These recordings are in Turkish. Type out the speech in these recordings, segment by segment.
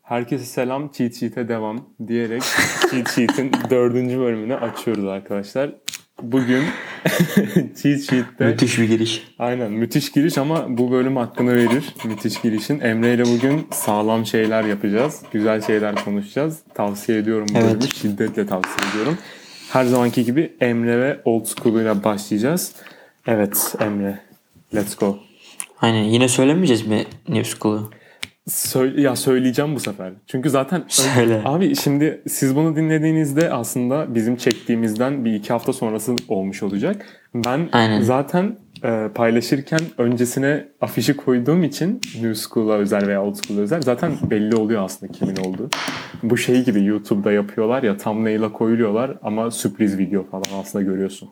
Herkese selam, Cheat Sheet'e devam diyerek Cheat Sheet'in 4. bölümünü açıyoruz arkadaşlar. Bugün Cheat Sheet'te... Müthiş bir giriş. Aynen, müthiş giriş ama bu bölüm hakkını verir müthiş girişin. Emre ile bugün sağlam şeyler yapacağız. Güzel şeyler konuşacağız. Tavsiye ediyorum bu bölümü. Şiddetle tavsiye ediyorum. Her zamanki gibi Emre ve Old School'uyla başlayacağız. Evet Emre, let's go. Aynen, yine söylemeyeceğiz mi New School'u? Söyleyeceğim bu sefer. Çünkü zaten Söyle. Abi şimdi siz bunu dinlediğinizde aslında bizim çektiğimizden 1-2 hafta sonrası olmuş olacak. Ben zaten paylaşırken öncesine afişi koyduğum için New School'a özel veya Old School'a özel zaten belli oluyor aslında kimin olduğu. Bu şey gibi YouTube'da yapıyorlar ya, thumbnail'a koyuyorlar ama sürpriz video falan aslında görüyorsun.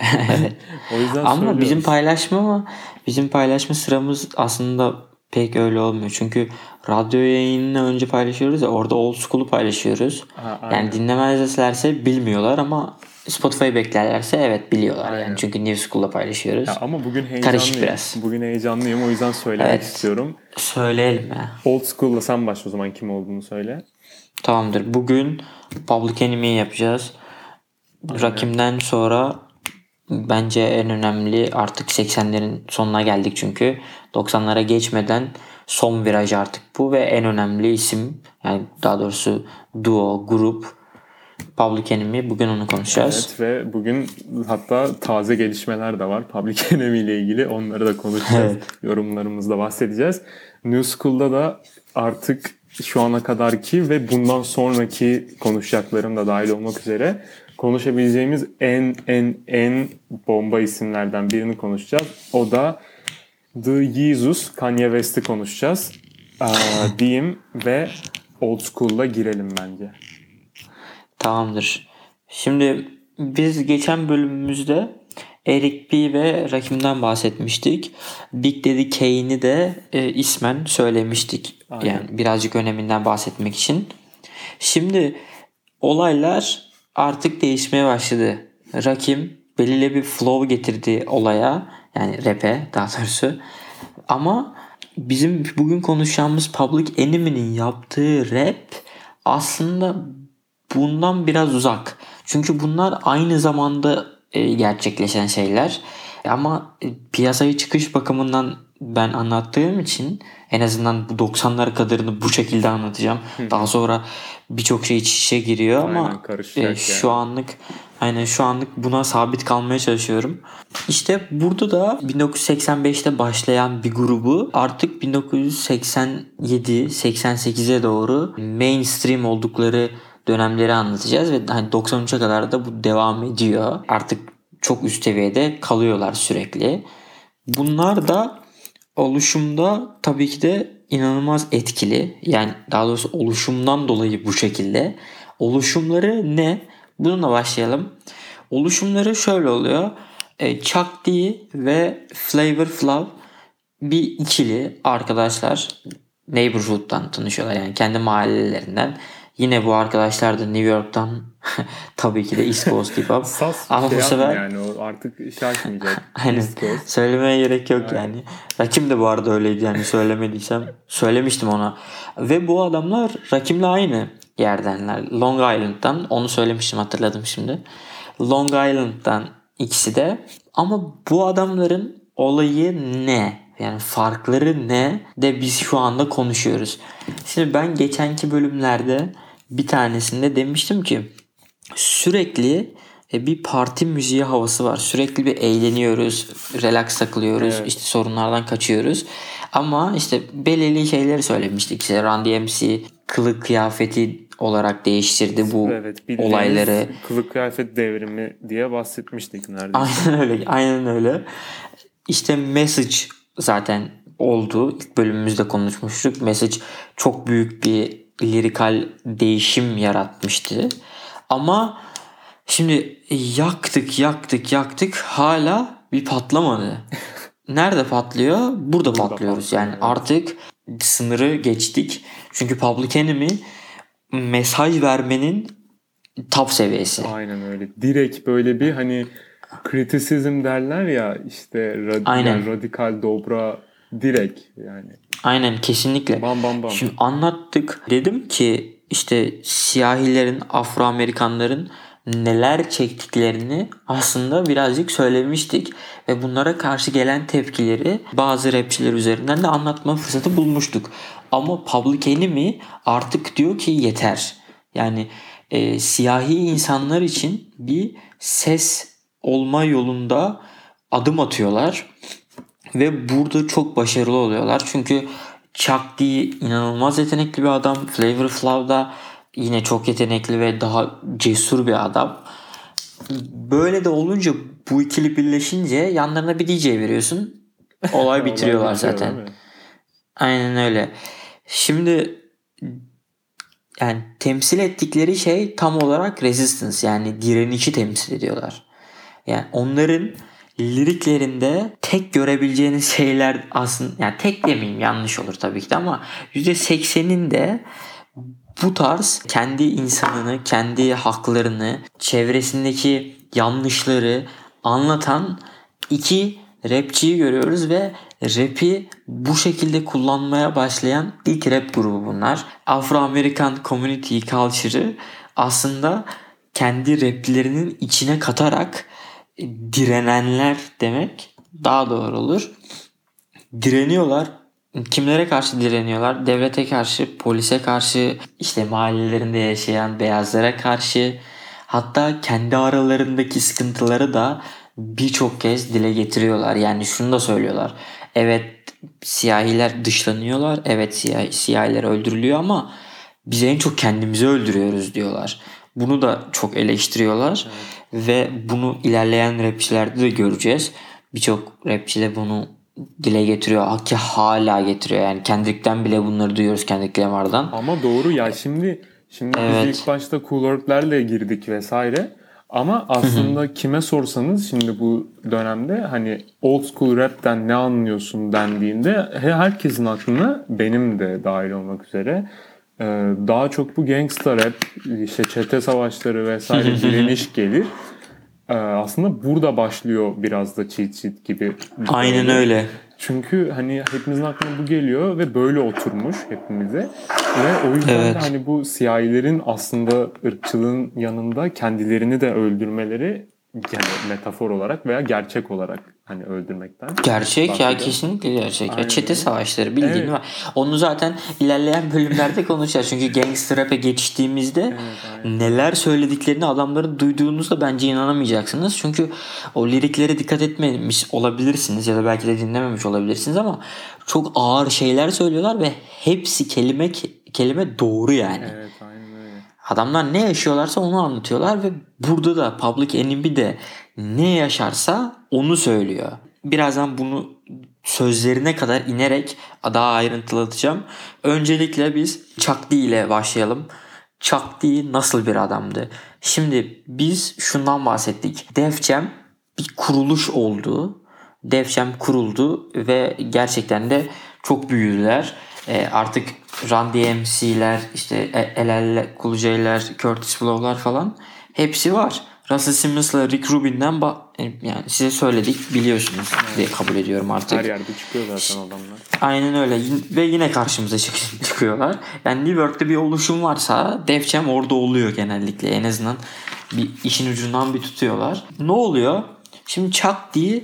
O yüzden ama bizim paylaşma sıramız aslında pek öyle olmuyor. Çünkü radyo yayınını önce paylaşıyoruz ya, orada Old School'u paylaşıyoruz. Yani dinlemezlerse bilmiyorlar ama Spotify'ı beklerlerse evet biliyorlar. Yani çünkü New School'la paylaşıyoruz. Ya ama bugün heyecanlıyım. Karışık biraz. Bugün heyecanlıyım, o yüzden söylemek istiyorum. Söyleyelim ya. Old School'la sen başla o zaman, kim olduğunu söyle. Tamamdır. Bugün Public Enemy'yi yapacağız. Rakim'den sonra bence en önemli, artık 80'lerin sonuna geldik çünkü 90'lara geçmeden son viraj artık bu ve en önemli isim, yani daha doğrusu duo, grup Public Enemy. Bugün onu konuşacağız. Evet ve bugün hatta taze gelişmeler de var Public Enemy ile ilgili, onları da konuşacağız. Evet. Yorumlarımızda bahsedeceğiz. New School'da da artık şu ana kadarki ve bundan sonraki konuşacaklarım da dahil olmak üzere konuşabileceğimiz en bomba isimlerden birini konuşacağız. O da The Yeezus, Kanye West'i konuşacağız. Diyeyim ve Old School'la girelim bence. Tamamdır. Şimdi biz geçen bölümümüzde Eric B ve Rakim'den bahsetmiştik. Big Daddy Kane'i de ismen söylemiştik. Aynen. Yani birazcık öneminden bahsetmek için. Şimdi olaylar artık değişmeye başladı. Rakim belirli bir flow getirdi olaya. Yani rap'e daha doğrusu. Ama bizim bugün konuşacağımız Public Enemy'nin yaptığı rap aslında bundan biraz uzak. Çünkü bunlar aynı zamanda gerçekleşen şeyler. Ama piyasaya çıkış bakımından ben anlattığım için en azından bu 90'lar kadarını bu şekilde anlatacağım. Daha sonra birçok şey iç içe giriyor ama şu anlık buna sabit kalmaya çalışıyorum. İşte burada da 1985'te başlayan bir grubu artık 1987-88'e doğru mainstream oldukları dönemleri anlatacağız ve hani 93'e kadar da bu devam ediyor. Artık çok üst seviyede kalıyorlar sürekli. Bunlar da oluşumda tabii ki de inanılmaz etkili. Yani daha doğrusu oluşumdan dolayı bu şekilde. Oluşumları ne? Bununla başlayalım. Oluşumları şöyle oluyor. Chuck D ve Flavor Flav bir ikili arkadaşlar. Neighborhood'dan tanışıyorlar, yani kendi mahallelerinden. Yine bu arkadaşlar da New York'tan tabii ki de East Coast hip hop. Ama bu sefer yani o artık şaşmayacak. Aynen. Söylemeye gerek yok. Aynen. Yani. Rakim de bu arada öyleydi, yani söylemediysem söylemiştim ona. Ve bu adamlar Rakim'le aynı yerdenler. Long Island'dan, onu söylemiştim, hatırladım şimdi. Long Island'dan ikisi de. Ama bu adamların olayı ne? Yani farkları ne de biz şu anda konuşuyoruz. Şimdi ben geçenki bölümlerde bir tanesinde demiştim ki sürekli bir parti müziği havası var. Sürekli bir eğleniyoruz, relax takılıyoruz, evet. İşte sorunlardan kaçıyoruz. Ama işte belirli şeyleri söylemiştik. İşte Run DMC kılık kıyafeti olarak değiştirdi bu olayları. Kılık kıyafet devrimi diye bahsetmiştik neredeyse. Aynen öyle. İşte Message zaten oldu. İlk bölümümüzde konuşmuştuk. Message çok büyük bir lirikal değişim yaratmıştı. Ama şimdi yaktık hala bir patlamadı. Nerede patlıyor? Burada patlıyoruz. Yani artık sınırı geçtik. Çünkü Public Enemy mesaj vermenin top seviyesi. Aynen öyle. Direkt böyle bir hani kritisizm derler ya, işte yani radikal dobra direkt yani. Aynen, kesinlikle. Bam bam bam. Şimdi anlattık. Dedim ki işte siyahilerin, Afro-Amerikanların neler çektiklerini aslında birazcık söylemiştik. Ve bunlara karşı gelen tepkileri bazı rapçiler üzerinden de anlatma fırsatı bulmuştuk. Ama Public Enemy artık diyor ki yeter. Yani siyahi insanlar için bir ses olma yolunda adım atıyorlar. Ve burada çok başarılı oluyorlar. Çünkü Chuck D inanılmaz yetenekli bir adam. Flavor Flav da yine çok yetenekli ve daha cesur bir adam. Böyle de olunca, bu ikili birleşince yanlarına bir DJ veriyorsun. Olay bitiriyorlar zaten. Aynen öyle. Şimdi yani temsil ettikleri şey tam olarak resistance, yani direnişi temsil ediyorlar. Yani onların liriklerinde tek görebileceğiniz şeyler aslında, yani tek demeyeyim, yanlış olur tabii ki de, ama %80'inde bu tarz kendi insanını, kendi haklarını, çevresindeki yanlışları anlatan iki rapçiyi görüyoruz ve rap'i bu şekilde kullanmaya başlayan ilk rap grubu bunlar. Afro-Amerikan community culture'ı aslında kendi raplerinin içine katarak direnenler demek daha doğru olur. Direniyorlar. Kimlere karşı direniyorlar? Devlete karşı, polise karşı, işte mahallelerinde yaşayan beyazlara karşı, hatta kendi aralarındaki sıkıntıları da birçok kez dile getiriyorlar. Yani şunu da söylüyorlar. Evet, siyahiler dışlanıyorlar. Evet, siyahiler öldürülüyor ama biz en çok kendimizi öldürüyoruz diyorlar. Bunu da çok eleştiriyorlar. Evet. Ve bunu ilerleyen rapçilerde de göreceğiz. Birçok rapçi de bunu dile getiriyor ki hala getiriyor. Yani Kendrick'ten bile bunları duyuyoruz, Kendrick Lamar'dan. Ama doğru ya, şimdi evet. Biz ilk başta Cool Herc'lerle girdik vesaire. Ama aslında kime sorsanız şimdi bu dönemde hani old school rap'ten ne anlıyorsun dendiğinde herkesin aklına, benim de dahil olmak üzere, daha çok bu gangsta rap, işte çete savaşları vesaire direniş gelir. Aslında burada başlıyor biraz da cheat sheet gibi. Aynen öyle. Çünkü hani hepimizin aklına bu geliyor ve böyle oturmuş hepimize. Ve o yüzden de hani bu siyahilerin aslında ırkçılığın yanında kendilerini de öldürmeleri, yani metafor olarak veya gerçek olarak hani öldürmekten. Gerçek ya, kesinlikle gerçek. Ya, çete savaşları bildiğin var. Onu zaten ilerleyen bölümlerde konuşacağız. Çünkü gangster rap'e geçtiğimizde neler söylediklerini adamların duyduğunuzda bence inanamayacaksınız. Çünkü o liriklere dikkat etmemiş olabilirsiniz ya da belki de dinlememiş olabilirsiniz ama çok ağır şeyler söylüyorlar ve hepsi kelime doğru yani. Evet, aynen öyle. Adamlar ne yaşıyorlarsa onu anlatıyorlar ve burada da Public Enemy de ne yaşarsa onu söylüyor. Birazdan bunu sözlerine kadar inerek daha ayrıntılatacağım. Öncelikle biz Chuck D ile başlayalım. Chuck D nasıl bir adamdı? Şimdi biz şundan bahsettik. Def Jam bir kuruluş oldu. Def Jam kuruldu ve gerçekten de çok büyüdüler. Artık Run DMC'ler, işte LL Cool J'ler, Curtis Flow'lar falan hepsi var. Russell Simmons'la Rick Rubin'den yani size söyledik, biliyorsunuz diye kabul ediyorum artık. Her yerde çıkıyor zaten adamlar. Aynen öyle ve yine karşımıza çıkıyorlar. Yani New York'ta bir oluşum varsa Def Jam orada oluyor genellikle. En azından bir işin ucundan bir tutuyorlar. Ne oluyor? Şimdi Chuck D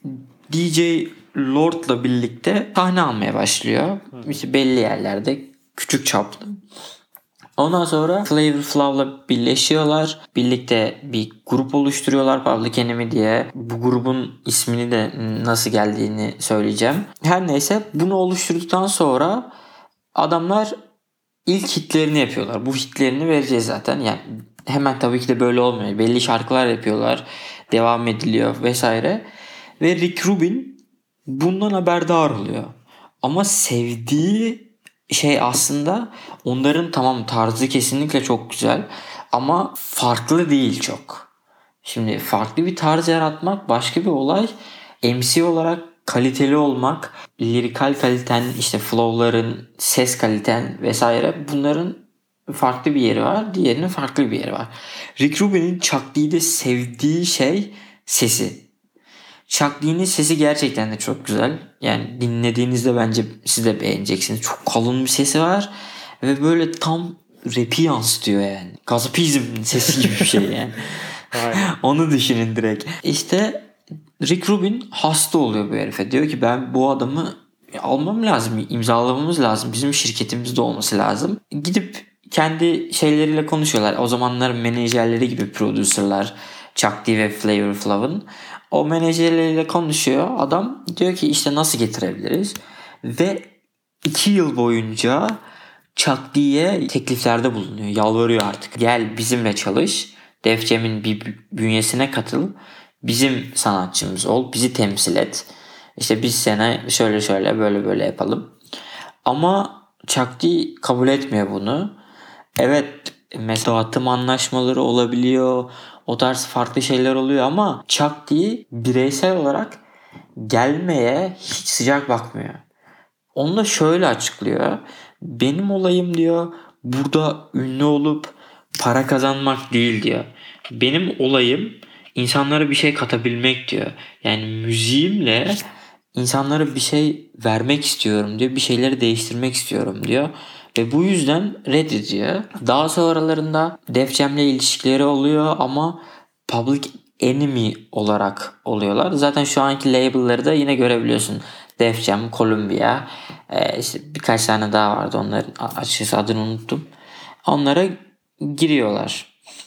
DJ Lord'la birlikte sahne almaya başlıyor. İşte belli yerlerde küçük çaplı. Ondan sonra Flavor Flav'la birleşiyorlar. Birlikte bir grup oluşturuyorlar, Public Enemy diye. Bu grubun ismini de nasıl geldiğini söyleyeceğim. Her neyse, bunu oluşturduktan sonra adamlar ilk hitlerini yapıyorlar. Bu hitlerini vereceğiz zaten. Yani hemen tabii ki de böyle olmuyor. Belli şarkılar yapıyorlar. Devam ediliyor vesaire. Ve Rick Rubin bundan haberdar oluyor. Ama sevdiği şey aslında onların, tamam tarzı kesinlikle çok güzel ama farklı değil çok. Şimdi farklı bir tarz yaratmak başka bir olay. MC olarak kaliteli olmak, lirikal kaliten, işte flow'ların, ses kaliten vesaire, bunların farklı bir yeri var. Diğerinin farklı bir yeri var. Rick Rubin'in Chuck D'de sevdiği şey sesi. Chuck D'nin sesi gerçekten de çok güzel. Yani dinlediğinizde bence siz de beğeneceksiniz. Çok kalın bir sesi var ve böyle tam rap'i yansıtıyor yani. Gazapizm sesi gibi bir şey yani. Onu düşünün direkt. İşte Rick Rubin hasta oluyor bu herife. Diyor ki ben bu adamı almam lazım, imzalamamız lazım. Bizim şirketimizde olması lazım. Gidip kendi şeyleriyle konuşuyorlar. O zamanlar menajerleri gibi producerlar, Chuck D ve Flavor Flav'ın. O menajerleriyle konuşuyor. Adam diyor ki işte nasıl getirebiliriz? Ve 2 yıl boyunca Chuck D'ye tekliflerde bulunuyor. Yalvarıyor artık. Gel bizimle çalış. Def Jam'in bir bünyesine katıl. Bizim sanatçımız ol. Bizi temsil et. İşte biz sana şöyle şöyle böyle böyle yapalım. Ama Chuck D kabul etmiyor bunu. Evet, dağıtım anlaşmaları olabiliyor. O tarz farklı şeyler oluyor ama Chuck D bireysel olarak gelmeye hiç sıcak bakmıyor. Onu da şöyle açıklıyor. Benim olayım diyor burada ünlü olup para kazanmak değil diyor. Benim olayım insanlara bir şey katabilmek diyor. Yani müziğimle insanlara bir şey vermek istiyorum diyor. Bir şeyleri değiştirmek istiyorum diyor. Ve bu yüzden reddediyor. Daha sonralarında Def Jam'le ilişkileri oluyor ama Public Enemy olarak oluyorlar. Zaten şu anki label'ları da yine görebiliyorsun. Def Jam, Columbia, işte birkaç tane daha vardı, onların açıkçası adını unuttum. Onlara giriyorlar.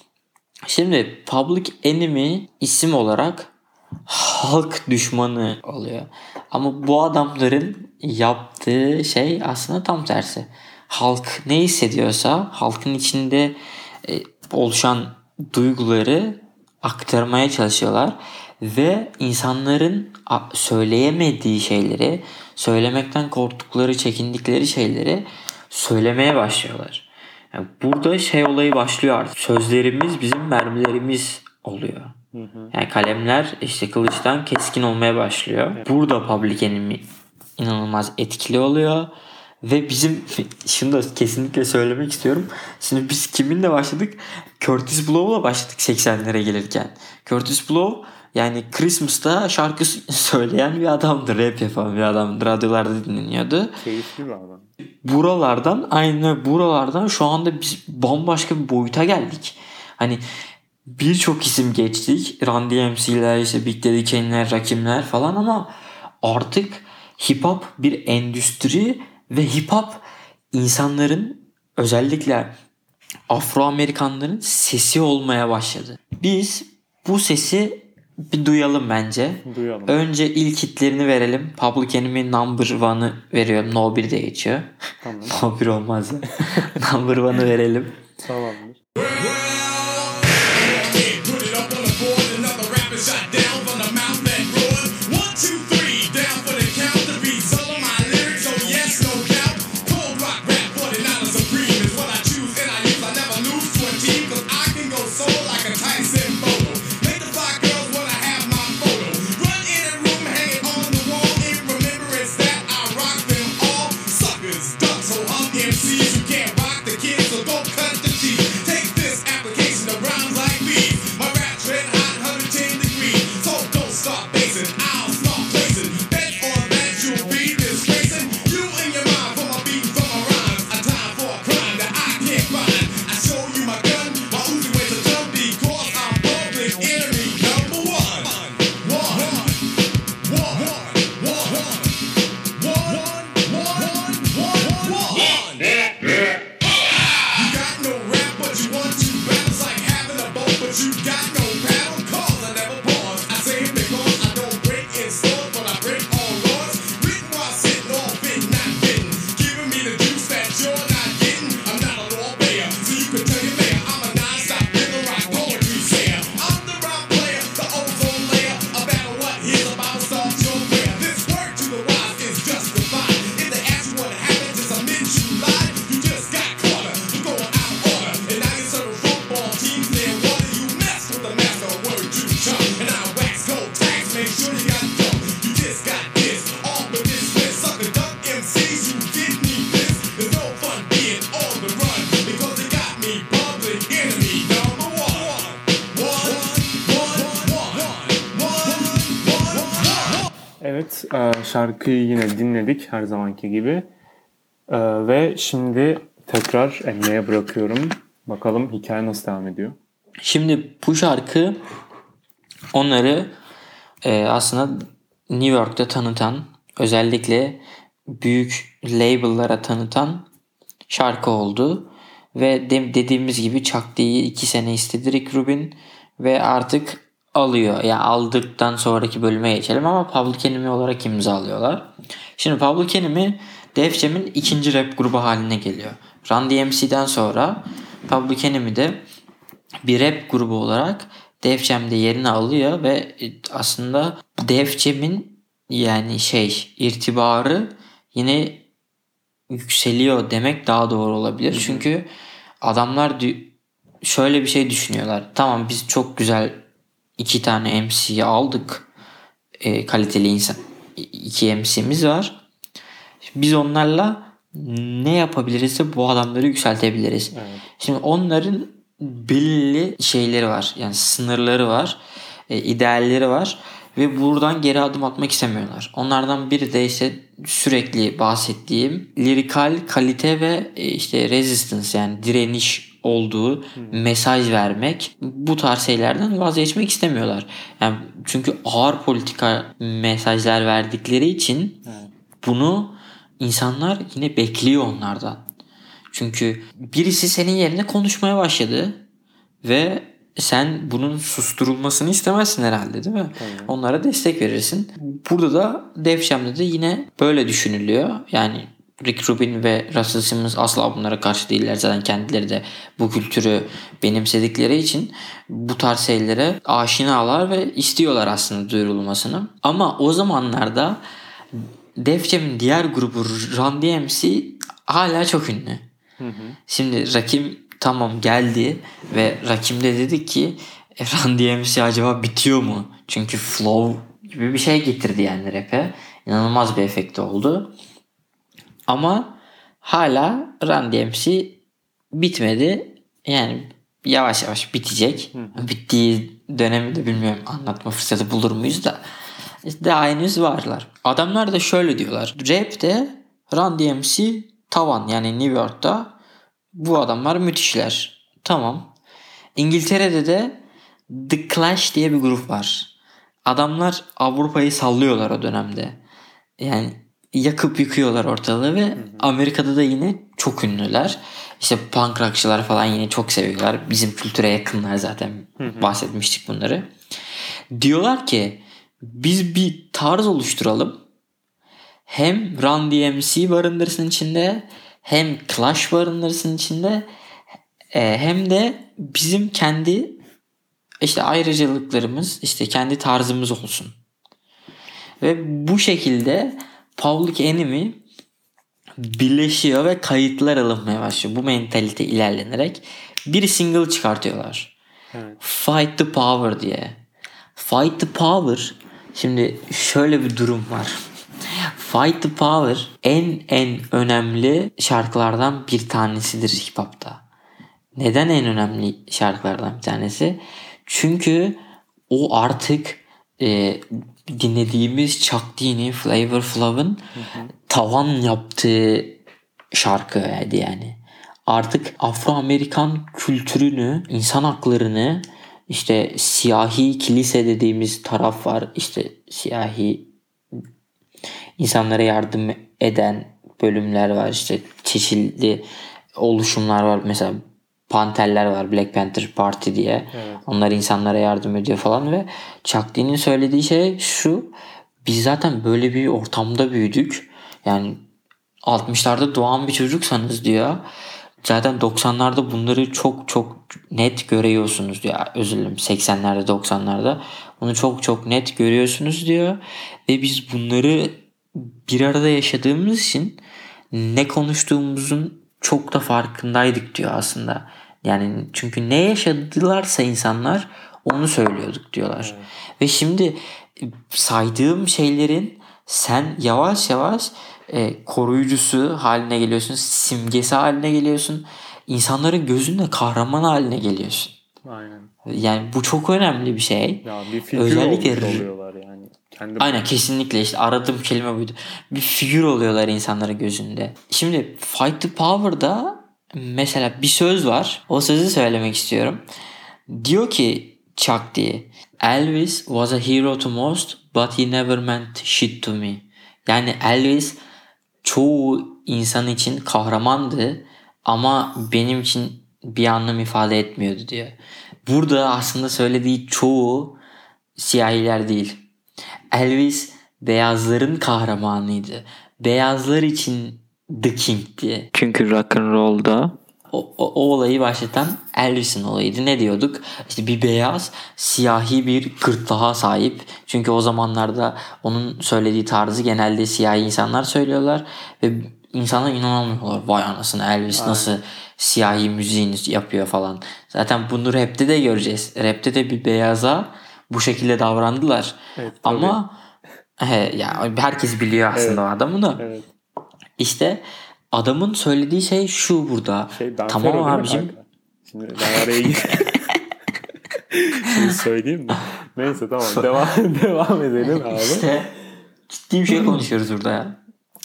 Şimdi Public Enemy isim olarak halk düşmanı oluyor. Ama bu adamların yaptığı şey aslında tam tersi. Halk ne hissediyorsa halkın içinde oluşan duyguları aktarmaya çalışıyorlar ve insanların söyleyemediği şeyleri, söylemekten korktukları, çekindikleri şeyleri söylemeye başlıyorlar. Yani burada şey olayı başlıyor artık. Sözlerimiz bizim mermilerimiz oluyor. Yani kalemler işte kılıçtan keskin olmaya başlıyor. Evet. Burada Public Enemy inanılmaz etkili oluyor. Ve bizim şunu da kesinlikle söylemek istiyorum. Şimdi biz kiminle başladık? Curtis Blow'la başladık 80'lere gelirken. Curtis Blow yani Christmas'ta şarkı söyleyen bir adamdı. Rap yapan bir adamdı. Radyolarda dinleniyordu. Keyifli bir adam. Buralardan şu anda biz bambaşka bir boyuta geldik. Hani birçok isim geçtik. Run DMC'ler, işte Big Daddy Kane'ler, Rakimler falan ama artık hip hop bir endüstri ve hip hop insanların, özellikle Afro-Amerikanların sesi olmaya başladı. Biz bu sesi bir duyalım bence. Duyalım. Önce ilk hitlerini verelim. Public Enemy Number 1'ı veriyorum. No 1 de geçiyor. Tamam. No 1 olmaz ya. Number 1'ı verelim. Tamamdır. MCs who can't rock the kids, so don't cut the cheese. Take Evet, şarkıyı yine dinledik her zamanki gibi. Ve şimdi tekrar Emre'ye bırakıyorum. Bakalım hikaye nasıl devam ediyor? Şimdi bu şarkı onları aslında New York'ta tanıtan, özellikle büyük label'lara tanıtan şarkı oldu. Ve dediğimiz gibi Chuck D'yi 2 sene istedi Rick Rubin ve artık alıyor. Yani aldıktan sonraki bölüme geçelim ama Public Enemy olarak imzalıyorlar. Şimdi Public Enemy Def Jam'in ikinci rap grubu haline geliyor. Run DMC'den sonra Public Enemy de bir rap grubu olarak Def Jam'de yerini alıyor ve aslında Def Jam'in yani irtibarı yine yükseliyor demek daha doğru olabilir. Çünkü adamlar şöyle bir şey düşünüyorlar. Tamam, biz çok güzel 2 tane MC'yi aldık. Kaliteli insan 2 MC'miz var. Biz onlarla ne yapabiliriz de bu adamları yükseltebiliriz. Evet. Şimdi onların belirli şeyleri var. Yani sınırları var. İdealleri var. Ve buradan geri adım atmak istemiyorlar. Onlardan biri de işte sürekli bahsettiğim lirikal kalite ve resistance, yani direniş olduğu mesaj vermek. Bu tarz şeylerden vazgeçmek istemiyorlar. Yani çünkü ağır politika mesajlar verdikleri için bunu insanlar yine bekliyor onlardan. Çünkü birisi senin yerine konuşmaya başladı ve sen bunun susturulmasını istemezsin herhalde, değil mi? Tabii. Onlara destek verirsin. Burada da Def Jam'de de yine böyle düşünülüyor. Yani Rick Rubin ve Russell Simmons asla bunlara karşı değiller. Zaten kendileri de bu kültürü benimsedikleri için bu tarz şeylere aşinalar ve istiyorlar aslında duyurulmasını. Ama o zamanlarda Def Jam'in diğer grubu Run DMC hala çok ünlü. Şimdi Rakim tamam geldi ve Rakim de dedi ki Run DMC acaba bitiyor mu? Çünkü flow gibi bir şey getirdi yani rap'e. İnanılmaz bir efekti oldu. Ama hala Run DMC bitmedi. Yani yavaş yavaş bitecek. Bittiği dönemi de bilmiyorum, anlatma fırsatı bulur muyuz da. İşte daha henüz varlar. Adamlar da şöyle diyorlar. Rap'te Run DMC tavan, yani New York'ta bu adamlar müthişler. Tamam. İngiltere'de de The Clash diye bir grup var. Adamlar Avrupa'yı sallıyorlar o dönemde. Yani yakıp yıkıyorlar ortalığı ve Amerika'da da yine çok ünlüler. İşte punk rockçılar falan yine çok seviyorlar. Bizim kültüre yakınlar zaten. Bahsetmiştik bunları. Diyorlar ki biz bir tarz oluşturalım. Hem Run DMC barındırsın içinde, hem Clash barındırsın içinde, hem de bizim kendi ayrıcalıklarımız, kendi tarzımız olsun. Ve bu şekilde Public Enemy birleşiyor ve kayıtlar alınmaya başlıyor. Bu mentalite ilerlenerek bir single çıkartıyorlar. Evet. Fight the Power diye. Fight the Power, şimdi şöyle bir durum var. Fight the Power en önemli şarkılardan bir tanesidir hip hop'ta. Neden en önemli şarkılardan bir tanesi? Çünkü o artık dinlediğimiz Chuck D'nin, Flavor Flav'ın tavan yaptığı şarkıydı yani. Artık Afro-Amerikan kültürünü, insan haklarını, siyahi kilise dediğimiz taraf var. Siyahi insanlara yardım eden bölümler var. Çeşitli oluşumlar var. Mesela Panterler var, Black Panther Party diye. Evet. Onlar insanlara yardım ediyor falan ve Chuck D'nin söylediği şey şu: biz zaten böyle bir ortamda büyüdük. Yani 60'larda doğan bir çocuksanız diyor, zaten 90'larda bunları çok çok net görüyorsunuz diyor. Özür dilerim, 80'lerde 90'larda bunu çok çok net görüyorsunuz diyor. Ve biz bunları bir arada yaşadığımız için ne konuştuğumuzun çok da farkındaydık diyor aslında. Yani çünkü ne yaşadılarsa insanlar onu söylüyorduk diyorlar. Evet. Ve şimdi saydığım şeylerin sen yavaş yavaş koruyucusu haline geliyorsun, simgesi haline geliyorsun. İnsanların gözünde kahraman haline geliyorsun. Aynen. Yani bu çok önemli bir şey. Ya bir figür özellikle olmuş oluyorlar yani. Aynen, kesinlikle işte aradığım kelime buydu. Bir figür oluyorlar insanların gözünde. Şimdi Fight the Power'da mesela bir söz var. O sözü söylemek istiyorum. Diyor ki Chuck diye, Elvis was a hero to most but he never meant shit to me. Yani Elvis çoğu insan için kahramandı ama benim için bir anlam ifade etmiyordu diyor. Burada aslında söylediği çoğu siyahiler değil. Elvis beyazların kahramanıydı. Beyazlar için The King'ti. Çünkü rock and roll'da o olayı başlatan Elvis'in olayıydı. Ne diyorduk? İşte bir beyaz siyahi bir gırtlağa sahip. Çünkü o zamanlarda onun söylediği tarzı genelde siyahi insanlar söylüyorlar ve insanlar inanamıyorlar. Vay anasını, Elvis nasıl siyahi müziğini yapıyor falan. Zaten bunu rapte de göreceğiz. Rapte de bir beyaza bu şekilde davrandılar. Evet, ama ya herkes biliyor aslında o adamı da. Evet. İşte adamın söylediği şey şu burada. Tamam abicim. Şimdi ben araya Şimdi söyleyeyim mi? Neyse tamam devam edelim abi. İşte ciddi bir şey konuşuyoruz burada ya.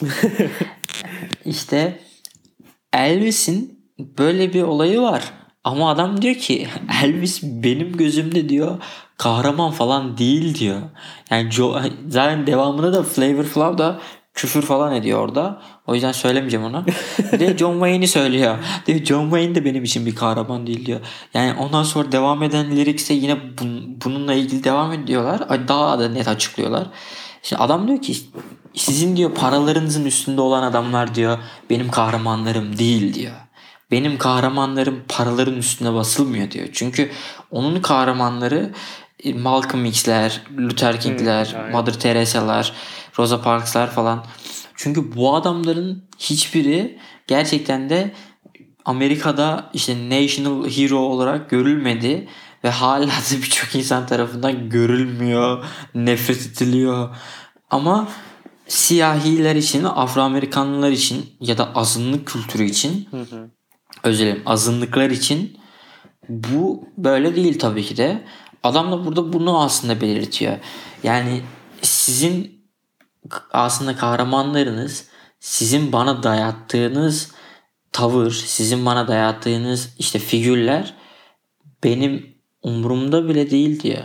İşte Elvis'in böyle bir olayı var. Ama adam diyor ki Elvis benim gözümde diyor kahraman falan değil diyor. Yani zaten devamında da Flavor Flav da küfür falan ediyor orada. O yüzden söylemeyeceğim onu. Bir de John Wayne'i söylüyor. Diyor John Wayne de benim için bir kahraman değil diyor. Yani ondan sonra devam eden lirikse yine bununla ilgili devam ediyorlar. Daha da net açıklıyorlar. Şimdi adam diyor ki sizin diyor paralarınızın üstünde olan adamlar diyor benim kahramanlarım değil diyor. Benim kahramanlarım paraların üstüne basılmıyor diyor. Çünkü onun kahramanları Malcolm X'ler, Luther King'ler, Mother Teresa'lar, Rosa Parks'lar falan. Çünkü bu adamların hiçbiri gerçekten de Amerika'da işte national hero olarak görülmedi ve hala da birçok insan tarafından görülmüyor, nefret ediliyor. Ama siyahiler için, Afro-Amerikanlılar için ya da azınlık kültürü için, özür dilerim, azınlıklar için bu böyle değil tabii ki de. Adam da burada bunu aslında belirtiyor. Yani sizin aslında kahramanlarınız, sizin bana dayattığınız tavır, sizin bana dayattığınız işte figürler benim umurumda bile değil diyor.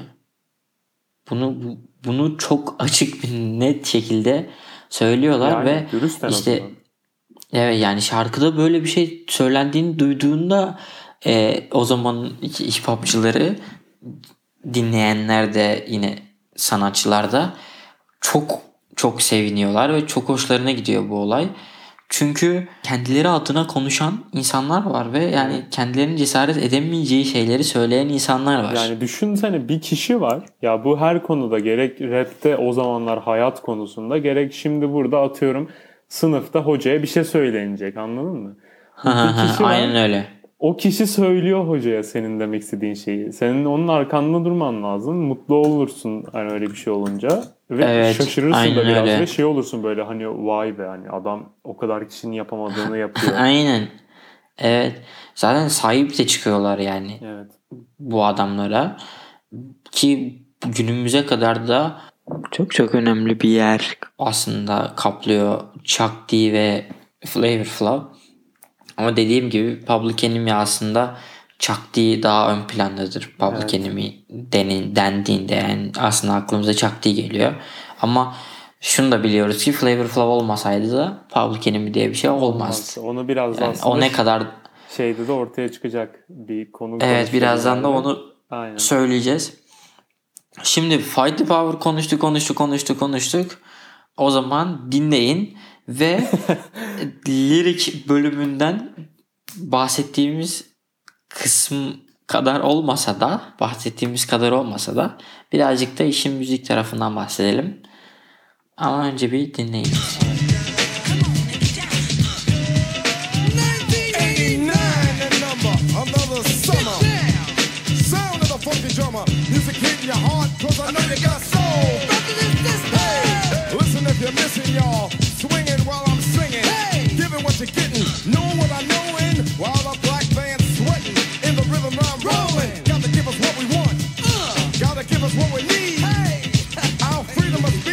Bunu çok açık bir net şekilde söylüyorlar yani, ve işte evet, yani şarkıda böyle bir şey söylendiğini duyduğunda o zaman hip hopçıları, dinleyenler de yine sanatçılar da çok çok seviniyorlar ve çok hoşlarına gidiyor bu olay. Çünkü kendileri adına konuşan insanlar var ve yani kendilerinin cesaret edemeyeceği şeyleri söyleyen insanlar var. Yani düşünsene bir kişi var. Ya bu her konuda, gerek rapte o zamanlar hayat konusunda, gerek şimdi burada atıyorum sınıfta hocaya bir şey söylenecek, anladın mı? Bir kişi var, aynen öyle. O kişi söylüyor hocaya senin demek istediğin şeyi. Senin onun arkanda durman lazım. Mutlu olursun hani öyle bir şey olunca. Ve evet, şaşırırsın da biraz öyle. ve şey olursun böyle hani vay be, hani adam o kadar kişinin yapamadığını yapıyor. Aynen. Evet. Zaten sahip de çıkıyorlar yani. Evet. Bu adamlara. Ki günümüze kadar da çok çok önemli bir yer aslında kaplıyor Chuck D ve Flavor Flav. Ama dediğim gibi Public Enemy aslında Chuck D daha ön plandadır. Public Enemy dendiğinde yani aslında aklımıza Chuck D geliyor. Ama şunu da biliyoruz ki Flavor Flav olmasaydı da Public Enemy diye bir şey olmazdı. Onu biraz yani aslında o ne kadar şeyde de ortaya çıkacak bir konu. Evet, birazdan da onu söyleyeceğiz. Şimdi Fight the Power konuştuk. O zaman dinleyin ve lirik bölümünden bahsettiğimiz kısım kadar olmasa da birazcık da işin müzik tarafından bahsedelim. Ama önce bir dinleyin. Music hitting your heart, cause I know you got soul. Hey, listen if you're missing, y'all. Swinging while I'm singing. Hey, giving what you're getting. Knowing what I knowin'. While the black band's sweating. In the rhythm I'm rolling. Gotta give us what we want. Gotta give us what we need. Hey, our freedom of speech.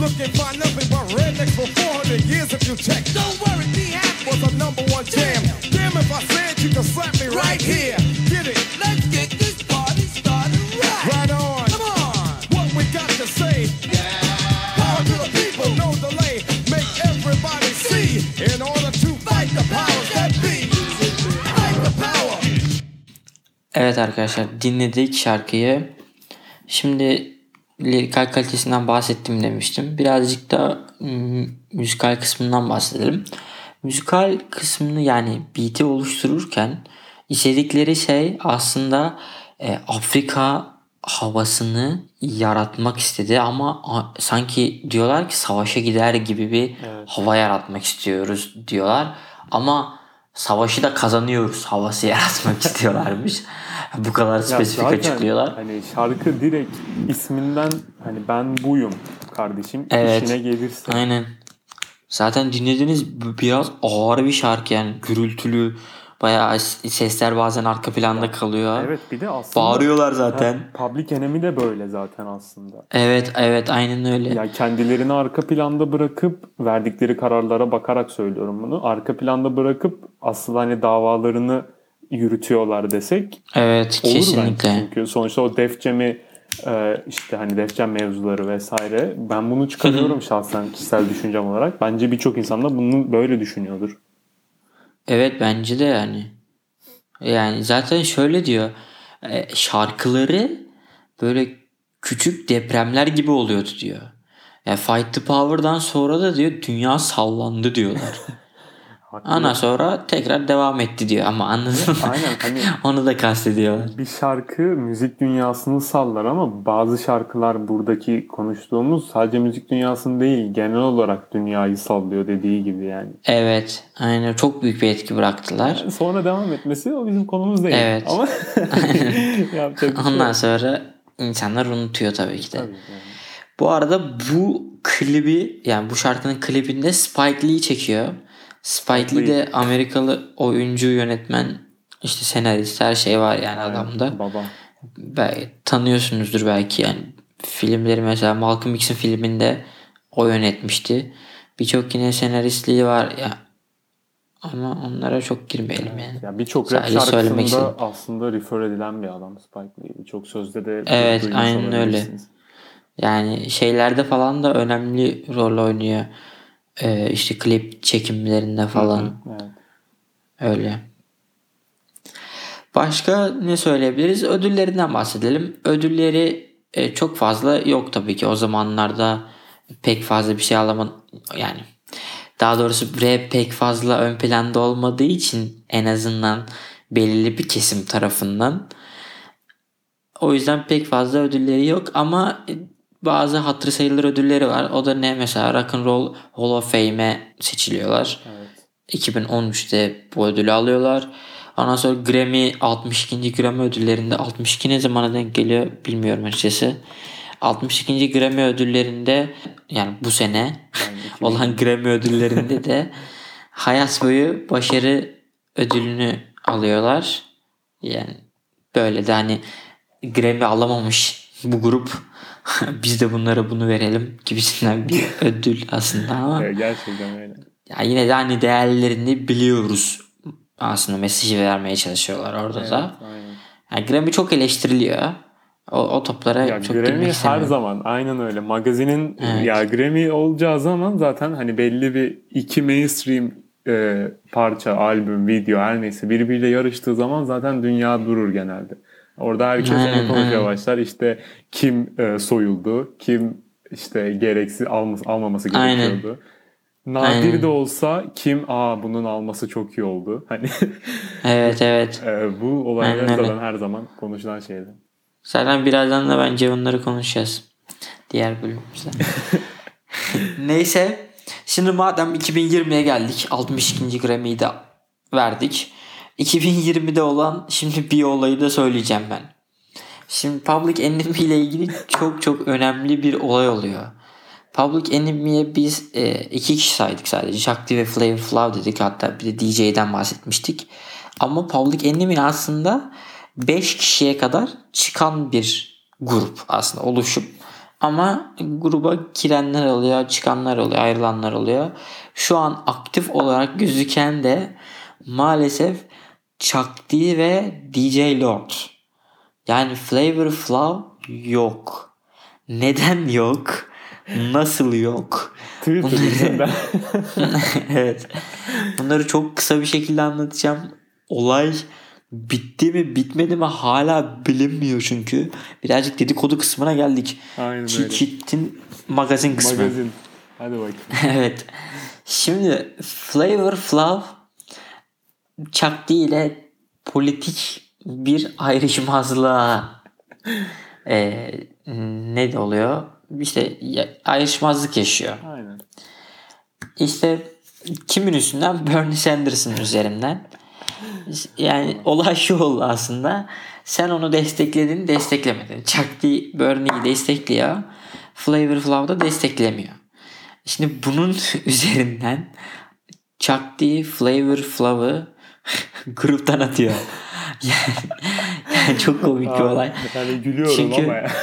look and find nothing but rednecks for 400 years if you check. Don't worry, be happy. Was a number one jam. Damn if I said you can slap me right here. Get it? Let's get this party started right. Right on. Come on. What we got to say? Yeah. Power to the people, no delay. Make everybody see. In order to fight the powers that be. Fight the power. Evet arkadaşlar, dinledik şarkıyı. Şimdi lirikal kalitesinden bahsettim demiştim. Birazcık da müzikal kısmından bahsedelim. Müzikal kısmını, yani beat'i oluştururken istedikleri şey aslında Afrika havasını yaratmak istedi ama sanki diyorlar ki savaşa gider gibi bir hava yaratmak istiyoruz diyorlar. Ama savaşı da kazanıyoruz havası yaratmak istiyorlarmış. Bu kadar spesifik açıklıyorlar. Hani şarkı direkt isminden hani ben buyum kardeşim, evet, işine gelirse. Aynen. Zaten dinlediğiniz biraz ağır bir şarkı, yani gürültülü, bayağı sesler bazen arka planda kalıyor. Evet, bir de aslında bağırıyorlar zaten. Public Enemy de böyle zaten aslında. Evet aynen öyle. Yani kendilerini arka planda bırakıp verdikleri kararlara bakarak söylüyorum bunu. Arka planda bırakıp aslında hani davalarını yürütüyorlar desek. Evet, olur kesinlikle. Bence. Çünkü sonuçta o Def Jam'i işte hani Def Jam mevzuları vesaire, ben bunu çıkarıyorum şahsen kişisel düşüncem olarak. Bence birçok insan da bunu böyle düşünüyordur. Evet, bence de yani. Yani zaten şöyle diyor, şarkıları böyle küçük depremler gibi oluyordu diyor. Yani Fight the Power'dan sonra da diyor dünya sallandı diyorlar. Ana sonra tekrar devam etti diyor ama anladın mı? Aynen, hani onu da kastediyorlar. bir şarkı müzik dünyasını sallar ama bazı şarkılar, buradaki konuştuğumuz sadece müzik dünyasını değil, genel olarak dünyayı sallıyor dediği gibi yani. Evet, aynen, çok büyük bir etki bıraktılar. Yani sonra devam etmesi o bizim konumuz değil. Evet. Ama yapacak bir şey Ondan yok. sonra insanlar unutuyor tabii ki de. Tabii yani. Bu arada bu klibi, yani bu şarkının klibinde Spike Lee çekiyor. Spike Lee de Amerikalı oyuncu, yönetmen, işte senarist, her şey var yani adamda. Baba. Tanıyorsunuzdur belki yani. Filmleri mesela Malcolm X'in filminde o yönetmişti. Birçok yine senaristliği var ya. Ama onlara çok girmeyelim yani. Ya birçok rap Sadece söylemek şarkısında istedim. aslında refer edilen bir adam Spike Lee. Birçok sözde de Evet, duymuş aynen öyle. olabilirsiniz. Yani şeylerde falan da önemli rol oynuyor. İşte klip çekimlerinde falan. Evet. Öyle. Başka ne söyleyebiliriz? Ödüllerinden bahsedelim. Ödülleri çok fazla yok tabii ki. O zamanlarda pek fazla bir şey alamadı. Yani daha doğrusu rap pek fazla ön planda olmadığı için, en azından belirli bir kesim tarafından. O yüzden pek fazla ödülleri yok ama bazı hatırı sayılır ödülleri var. O da ne? Mesela Rock and Roll Hall of Fame'e seçiliyorlar. Evet. 2013'te bu ödülü alıyorlar. Ondan sonra Grammy 62. Grammy ödüllerinde, 62 ne zamana denk geliyor bilmiyorum açıkçası. 62. Grammy ödüllerinde, yani bu sene Yani olan Grammy ödüllerinde de hayat boyu başarı ödülünü alıyorlar. Yani böyle de hani Grammy alamamış bu grup, biz de bunlara bunu verelim gibisinden bir ödül aslında ama gerçekten öyle. ya yine de hani değerlerini biliyoruz. Aslında mesajı vermeye çalışıyorlar orada da. Aynen. Yani Grammy çok eleştiriliyor. O toplara Ya çok Grammy girmek her istemiyorum. zaman aynen öyle. Magazinin Evet. ya Grammy olacağı zaman zaten hani belli bir iki mainstream parça, albüm, video, her neyse birbiriyle yarıştığı zaman zaten dünya durur genelde. Orada herkes onu konuşmaya başlar. İşte kim soyuldu, kim işte gereksiz almaması gerekiyordu. Nadir de olsa kim bunun alması çok iyi oldu. Hani Evet. bu olaylar Aynen öyle. zaten her zaman konuşulan şeyler. Zaten birazdan da bence onları konuşacağız. Diğer bölümümüzde. Neyse. Şimdi madem 2020'ye geldik. 62. Grammy'yi de verdik. 2020'de olan şimdi bir olayı da söyleyeceğim ben. Şimdi Public Enemy ile ilgili çok önemli bir olay oluyor. Public Enemy'ye biz 2 kişi saydık sadece. Shakti ve Flavor Flav dedik. Hatta bir de DJ'den bahsetmiştik. Ama Public Enemy aslında 5 kişiye kadar çıkan bir grup aslında, oluşum. Ama gruba girenler oluyor, çıkanlar oluyor, ayrılanlar oluyor. Şu an aktif olarak gözüken de maalesef Chuck D ve DJ Lord. Yani Flavor Flav yok. Neden yok? Nasıl yok? Twitter yüzünden. Evet. Bunları çok kısa bir şekilde anlatacağım. Olay bitti mi bitmedi mi hala bilinmiyor çünkü. Birazcık dedikodu kısmına geldik. Aynen öyle. Çiçit'in magazin kısmı. Magazin. Hadi bakayım. Evet. Şimdi Flavor Flav Chuck D ile politik bir ayrışmazlığa ne de oluyor? İşte ayrışmazlık yaşıyor. Aynen. İşte kimin üstünden? Bernie Sanders'ın üzerinden. Yani olay şu oldu aslında. Sen onu destekledin, desteklemedin. Chuck D Bernie'yi destekliyor. Flavor Flav da desteklemiyor. Şimdi bunun üzerinden Chuck D Flavor Flav'ı gruptan atıyor. Yani çok komik bir olay. Yani gülüyorum Çünkü, ama ya.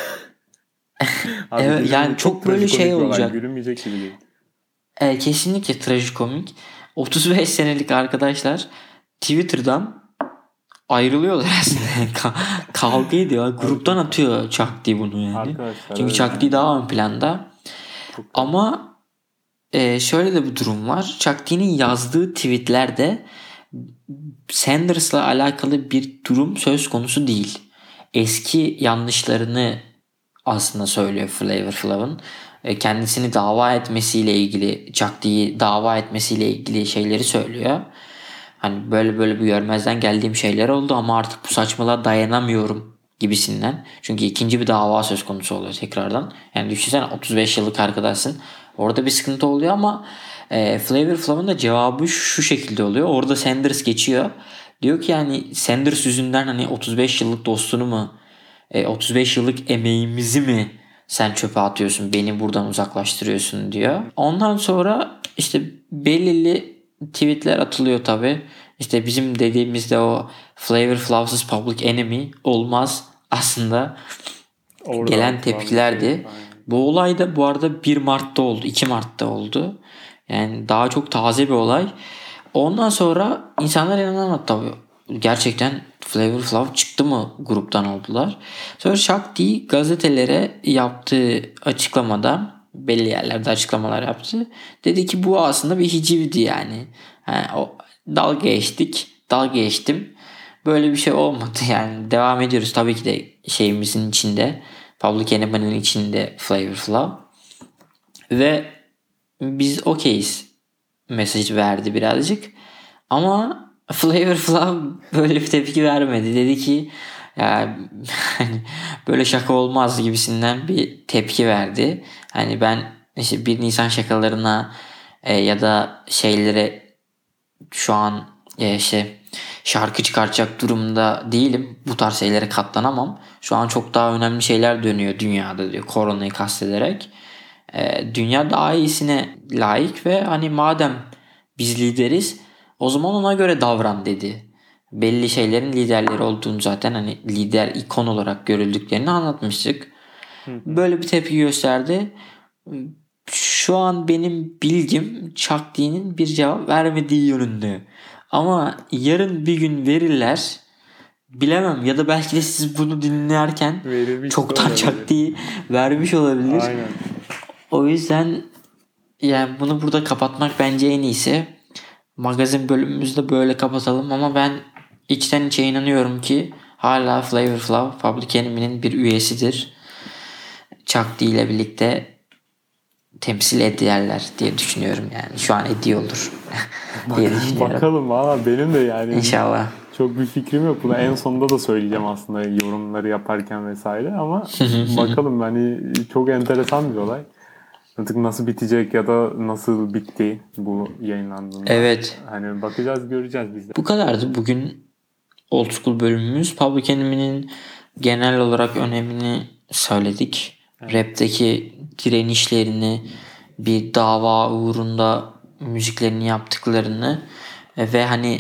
Abi, evet, yani çok böyle trajikomik şey bir olay. olacak. Gülünmeyecek gibi değil. Kesinlikle trajikomik. 35 senelik arkadaşlar Twitter'dan ayrılıyorlar aslında. Kavga ediyor. Gruptan atıyor Chuck D bunu yani. Arkadaşlar, Çünkü Chuck D daha ön planda. Ama şöyle de bir durum var. Chuck D'nin yazdığı tweetlerde Sanders'la alakalı bir durum söz konusu değil. Eski yanlışlarını aslında söylüyor Flavor Flav'ın. Kendisini dava etmesiyle ilgili, Chuck D'yi dava etmesiyle ilgili şeyleri söylüyor. Hani böyle böyle bir görmezden geldiğim şeyler oldu ama artık bu saçmalığa dayanamıyorum gibisinden. Çünkü ikinci bir dava söz konusu oluyor tekrardan. Yani düşünsene 35 yıllık arkadaşsın. Orada bir sıkıntı oluyor ama Flavor Flav'ın da cevabı şu şekilde oluyor. Orada Sanders geçiyor. Diyor ki yani Sanders yüzünden hani 35 yıllık dostunu mu 35 yıllık emeğimizi mi sen çöpe atıyorsun, beni buradan uzaklaştırıyorsun diyor. Ondan sonra işte belirli tweetler atılıyor tabi. İşte bizim dediğimizde o Flavor Flav'sız Public Enemy olmaz aslında. Oradan Gelen tepkilerdi. Bu olay da bu arada 1 Mart'ta oldu, 2 Mart'ta oldu. Yani daha çok taze bir olay. Ondan sonra insanlar inanamadı tabii. Gerçekten Flavor Flav çıktı mı gruptan oldular. Sonra Chuck D gazetelere yaptığı açıklamada belli yerlerde açıklamalar yaptı. Dedi ki bu aslında bir hicivdi yani. Dalga geçtim. Böyle bir şey olmadı yani. Devam ediyoruz tabii ki de şeyimizin içinde. Public Enemy'nin içinde Flavor Flav. Ve biz okeyiz mesajı verdi birazcık. Ama Flavor Flav böyle bir tepki vermedi. Dedi ki ya böyle şaka olmaz gibisinden bir tepki verdi. Hani ben işte 1 Nisan şakalarına ya da şeylere şu an şarkı çıkartacak durumda değilim. Bu tarz şeylere katlanamam. Şu an çok daha önemli şeyler dönüyor dünyada diyor. Koronayı kastederek. Dünya daha iyisine layık ve hani madem biz lideriz o zaman ona göre davran dedi. Belli şeylerin liderleri olduğunu zaten hani lider ikon olarak görüldüklerini anlatmıştık. Böyle bir tepki gösterdi. Şu an benim bilgim Chuck D'nin bir cevap vermediği yönünde. Ama yarın bir gün verirler. Bilemem ya da belki de siz bunu dinlerken verilmiş çoktan Chuck D vermiş olabilir. Aynen. O yüzden yani bunu burada kapatmak bence en iyisi. Magazin bölümümüzde böyle kapatalım ama ben içten içe inanıyorum ki hala Flavor Flav Public Enemy'nin bir üyesidir. Chuck D ile birlikte temsil ederler diye düşünüyorum yani. Şu an ediyordur diye düşünüyorum. Bakalım valla benim de yani. İnşallah. Çok bir fikrim yok. Bunu en sonunda da söyleyeceğim aslında yorumları yaparken vesaire ama bakalım hani çok enteresan bir olay. Artık nasıl bitecek ya da nasıl bitti bu yayınlandığında. Evet. Hani bakacağız göreceğiz biz de. Bu kadardı bugün Old School bölümümüz. Public Enemy'nin genel olarak önemini söyledik. Evet. Rap'teki direnişlerini, bir dava uğrunda müziklerini yaptıklarını ve hani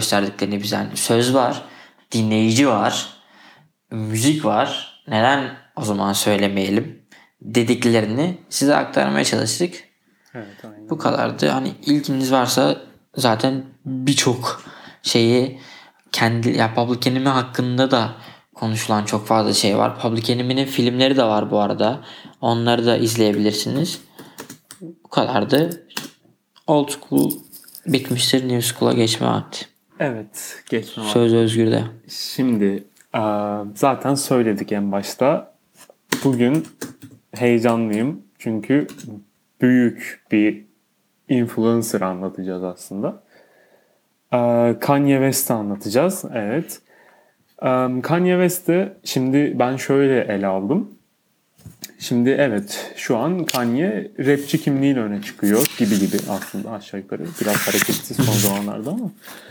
gösterdiklerini bize. Yani söz var, dinleyici var, müzik var. Neden o zaman söylemeyelim dediklerini size aktarmaya çalıştık. Evet, aynen. Bu kadardı. Hani ilginiz varsa zaten birçok şeyi Public Enemy hakkında da konuşulan çok fazla şey var. Public Enemy'nin filmleri de var bu arada. Onları da izleyebilirsiniz. Bu kadardı. Old School bitmiştir. New School'a geçme vakti. Evet, geçme vakti. Söz Özgür'de. Şimdi zaten söyledik en başta. Bugün heyecanlıyım. Çünkü büyük bir influencer anlatacağız aslında. Kanye West'i anlatacağız. Evet. Kanye West'i şimdi ben şöyle ele aldım. Şimdi evet, şu an Kanye rapçi kimliğiyle öne çıkıyor gibi aslında aşağı yukarı. Biraz hareketsiz son zamanlarda ama.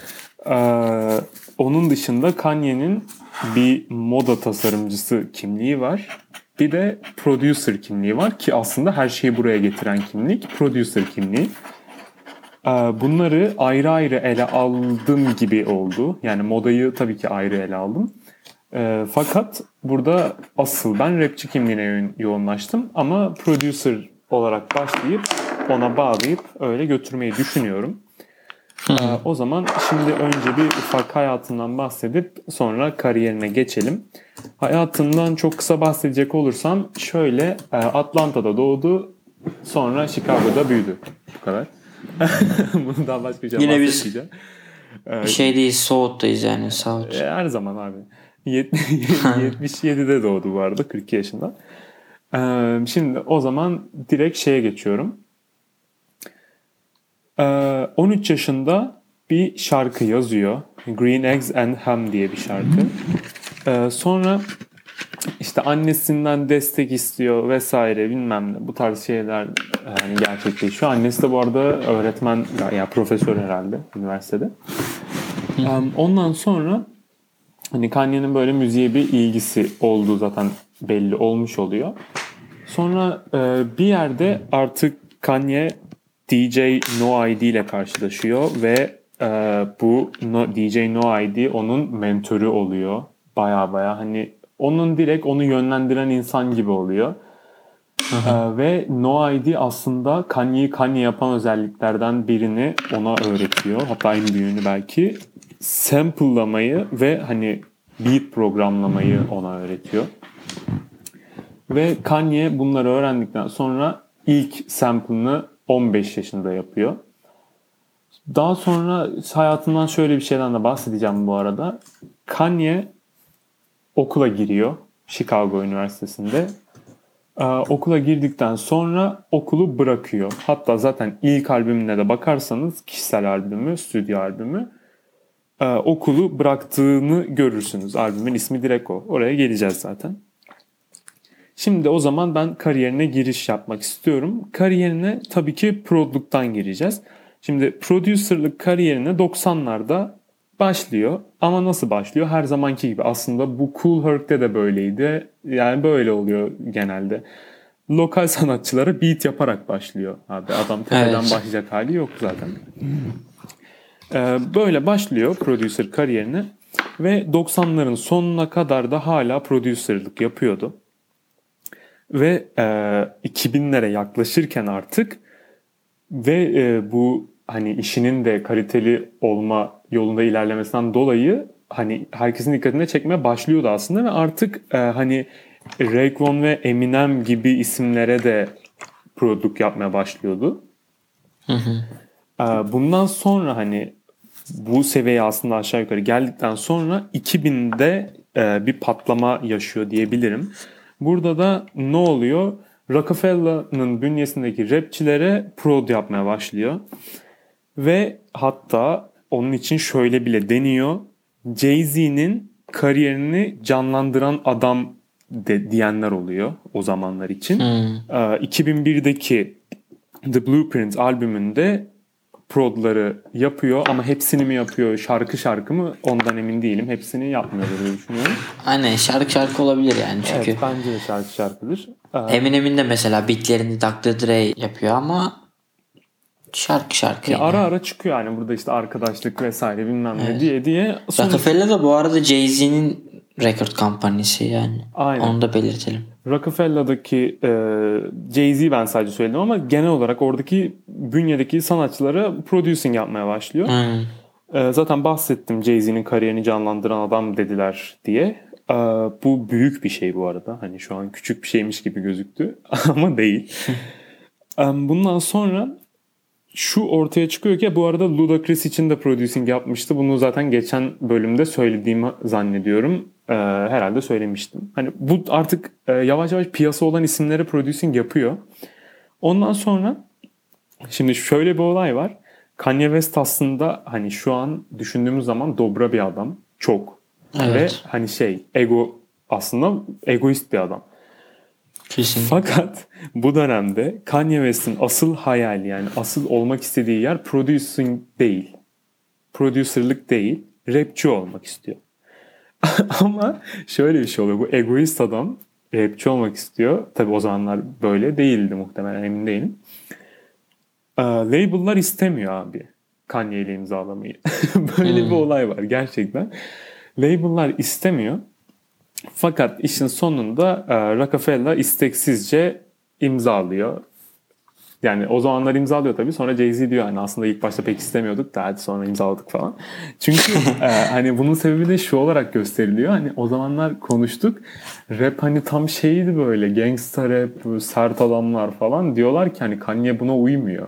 Onun dışında Kanye'nin bir moda tasarımcısı kimliği var. Bir de producer kimliği var ki aslında her şeyi buraya getiren kimlik producer kimliği. Bunları ayrı ayrı ele aldım gibi oldu. Yani modayı tabii ki ayrı ele aldım. Fakat burada asıl ben rapçi kimliğine yoğunlaştım. Ama producer olarak başlayıp ona bağlayıp öyle götürmeyi düşünüyorum. O zaman şimdi önce bir ufak hayatından bahsedip sonra kariyerine geçelim. Hayatından çok kısa bahsedecek olursam şöyle, Atlanta'da doğdu, sonra Chicago'da büyüdü. Bu kadar. Bundan başka bir şey Yine bahsetmeyeceğim. Şeydeyiz, Soğut'tayız yani. Soğut. Her zaman abi. 77'de doğdu bu arada, 42 yaşında. Şimdi o zaman direkt şeye geçiyorum. 13 yaşında bir şarkı yazıyor. Green Eggs and Ham diye bir şarkı. Sonra işte annesinden destek istiyor vesaire bilmem ne. Bu tarz şeyler yani gerçekleşiyor. Annesi de bu arada öğretmen, yani profesör herhalde üniversitede. Ondan sonra hani Kanye'nin böyle müziğe bir ilgisi olduğu zaten belli olmuş oluyor. Sonra bir yerde artık Kanye DJ No ID ile karşılaşıyor ve bu DJ No ID onun mentörü oluyor. Baya hani onun direkt onu yönlendiren insan gibi oluyor. Ve No ID aslında Kanye'yi Kanye yapan özelliklerden birini ona öğretiyor. Hatta en büyüğünü belki. Sample'lamayı ve hani beat programlamayı ona öğretiyor. Ve Kanye bunları öğrendikten sonra ilk sample'ını 15 yaşında yapıyor. Daha sonra hayatından şöyle bir şeyden de bahsedeceğim bu arada. Kanye okula giriyor Chicago Üniversitesi'nde. Okula girdikten sonra okulu bırakıyor. Hatta zaten ilk albümüne de bakarsanız, kişisel albümü, stüdyo albümü, okulu bıraktığını görürsünüz. Albümün ismi direkt o. Oraya geleceğiz zaten. Şimdi o zaman ben kariyerine giriş yapmak istiyorum. Kariyerine tabii ki prodluktan gireceğiz. Şimdi producerlık kariyerine 90'larda başlıyor. Ama nasıl başlıyor? Her zamanki gibi. Aslında bu Kool Herc'te de böyleydi. Yani böyle oluyor genelde. Lokal sanatçılara beat yaparak başlıyor. Abi adam tepeden başlayacak hali yok zaten. Böyle başlıyor producer kariyerine. Ve 90'ların sonuna kadar da hala producerlık yapıyordu. Ve 2000'lere yaklaşırken artık ve bu hani işinin de kaliteli olma yolunda ilerlemesinden dolayı hani herkesin dikkatine çekmeye başlıyordu aslında ve artık hani Raekwon ve Eminem gibi isimlere de prodük yapmaya başlıyordu. Bundan sonra hani bu seviyeye aslında aşağı yukarı geldikten sonra 2000'de bir patlama yaşıyor diyebilirim. Burada da ne oluyor? Rockefeller'ın bünyesindeki rapçilere prod yapmaya başlıyor. Ve hatta onun için şöyle bile deniyor. Jay-Z'nin kariyerini canlandıran adam diyenler oluyor o zamanlar için. 2001'deki The Blueprint albümünde prodları yapıyor ama hepsini mi yapıyor, şarkı mı ondan emin değilim. Hepsini yapmıyordur diye düşünüyorum. Aynen, şarkı olabilir yani çünkü. Evet, bence de şarkıdır. Eminem'in de mesela beatlerini Dr. Dre yapıyor ama şarkı. Ya yani. Ara çıkıyor yani burada işte arkadaşlık vesaire bilmem ne diye. Rockefeller de bu arada Jay-Z'nin record kampanyası yani. Aynen. Onu da belirtelim. Rockefeller'daki Jay-Z ben sadece söyledim ama genel olarak oradaki bünyedeki sanatçılara producing yapmaya başlıyor. Zaten bahsettim Jay-Z'nin kariyerini canlandıran adam dediler diye. Bu büyük bir şey bu arada. Hani şu an küçük bir şeymiş gibi gözüktü ama değil. Bundan sonra şu ortaya çıkıyor ki bu arada Ludacris için de producing yapmıştı. Bunu zaten geçen bölümde söylediğimi zannediyorum. Herhalde söylemiştim. Hani bu artık yavaş yavaş piyasa olan isimlere producing yapıyor. Ondan sonra şimdi şöyle bir olay var. Kanye West aslında hani şu an düşündüğümüz zaman dobra bir adam. Çok. Evet. Ve hani aslında egoist bir adam. Kesinlikle. Fakat bu dönemde Kanye West'in asıl hayali yani asıl olmak istediği yer producing değil. Producerlık değil. Rapçi olmak istiyor. Ama şöyle bir şey oluyor. Bu egoist adam rapçi olmak istiyor. Tabii o zamanlar böyle değildi muhtemelen, emin değilim. Label'lar istemiyor abi Kanye ile imzalamayı. Böyle bir olay var gerçekten. Label'lar istemiyor. Fakat işin sonunda Rockefeller isteksizce imzalıyor. Yani o zamanlar imzalıyor tabii. Sonra Jay-Z diyor hani aslında ilk başta pek istemiyorduk da hadi sonra imzaladık falan. Çünkü hani bunun sebebi de şu olarak gösteriliyor. Hani o zamanlar konuştuk. Rap hani tam şeydi böyle gangsta rap, sert adamlar falan. Diyorlar ki hani Kanye buna uymuyor.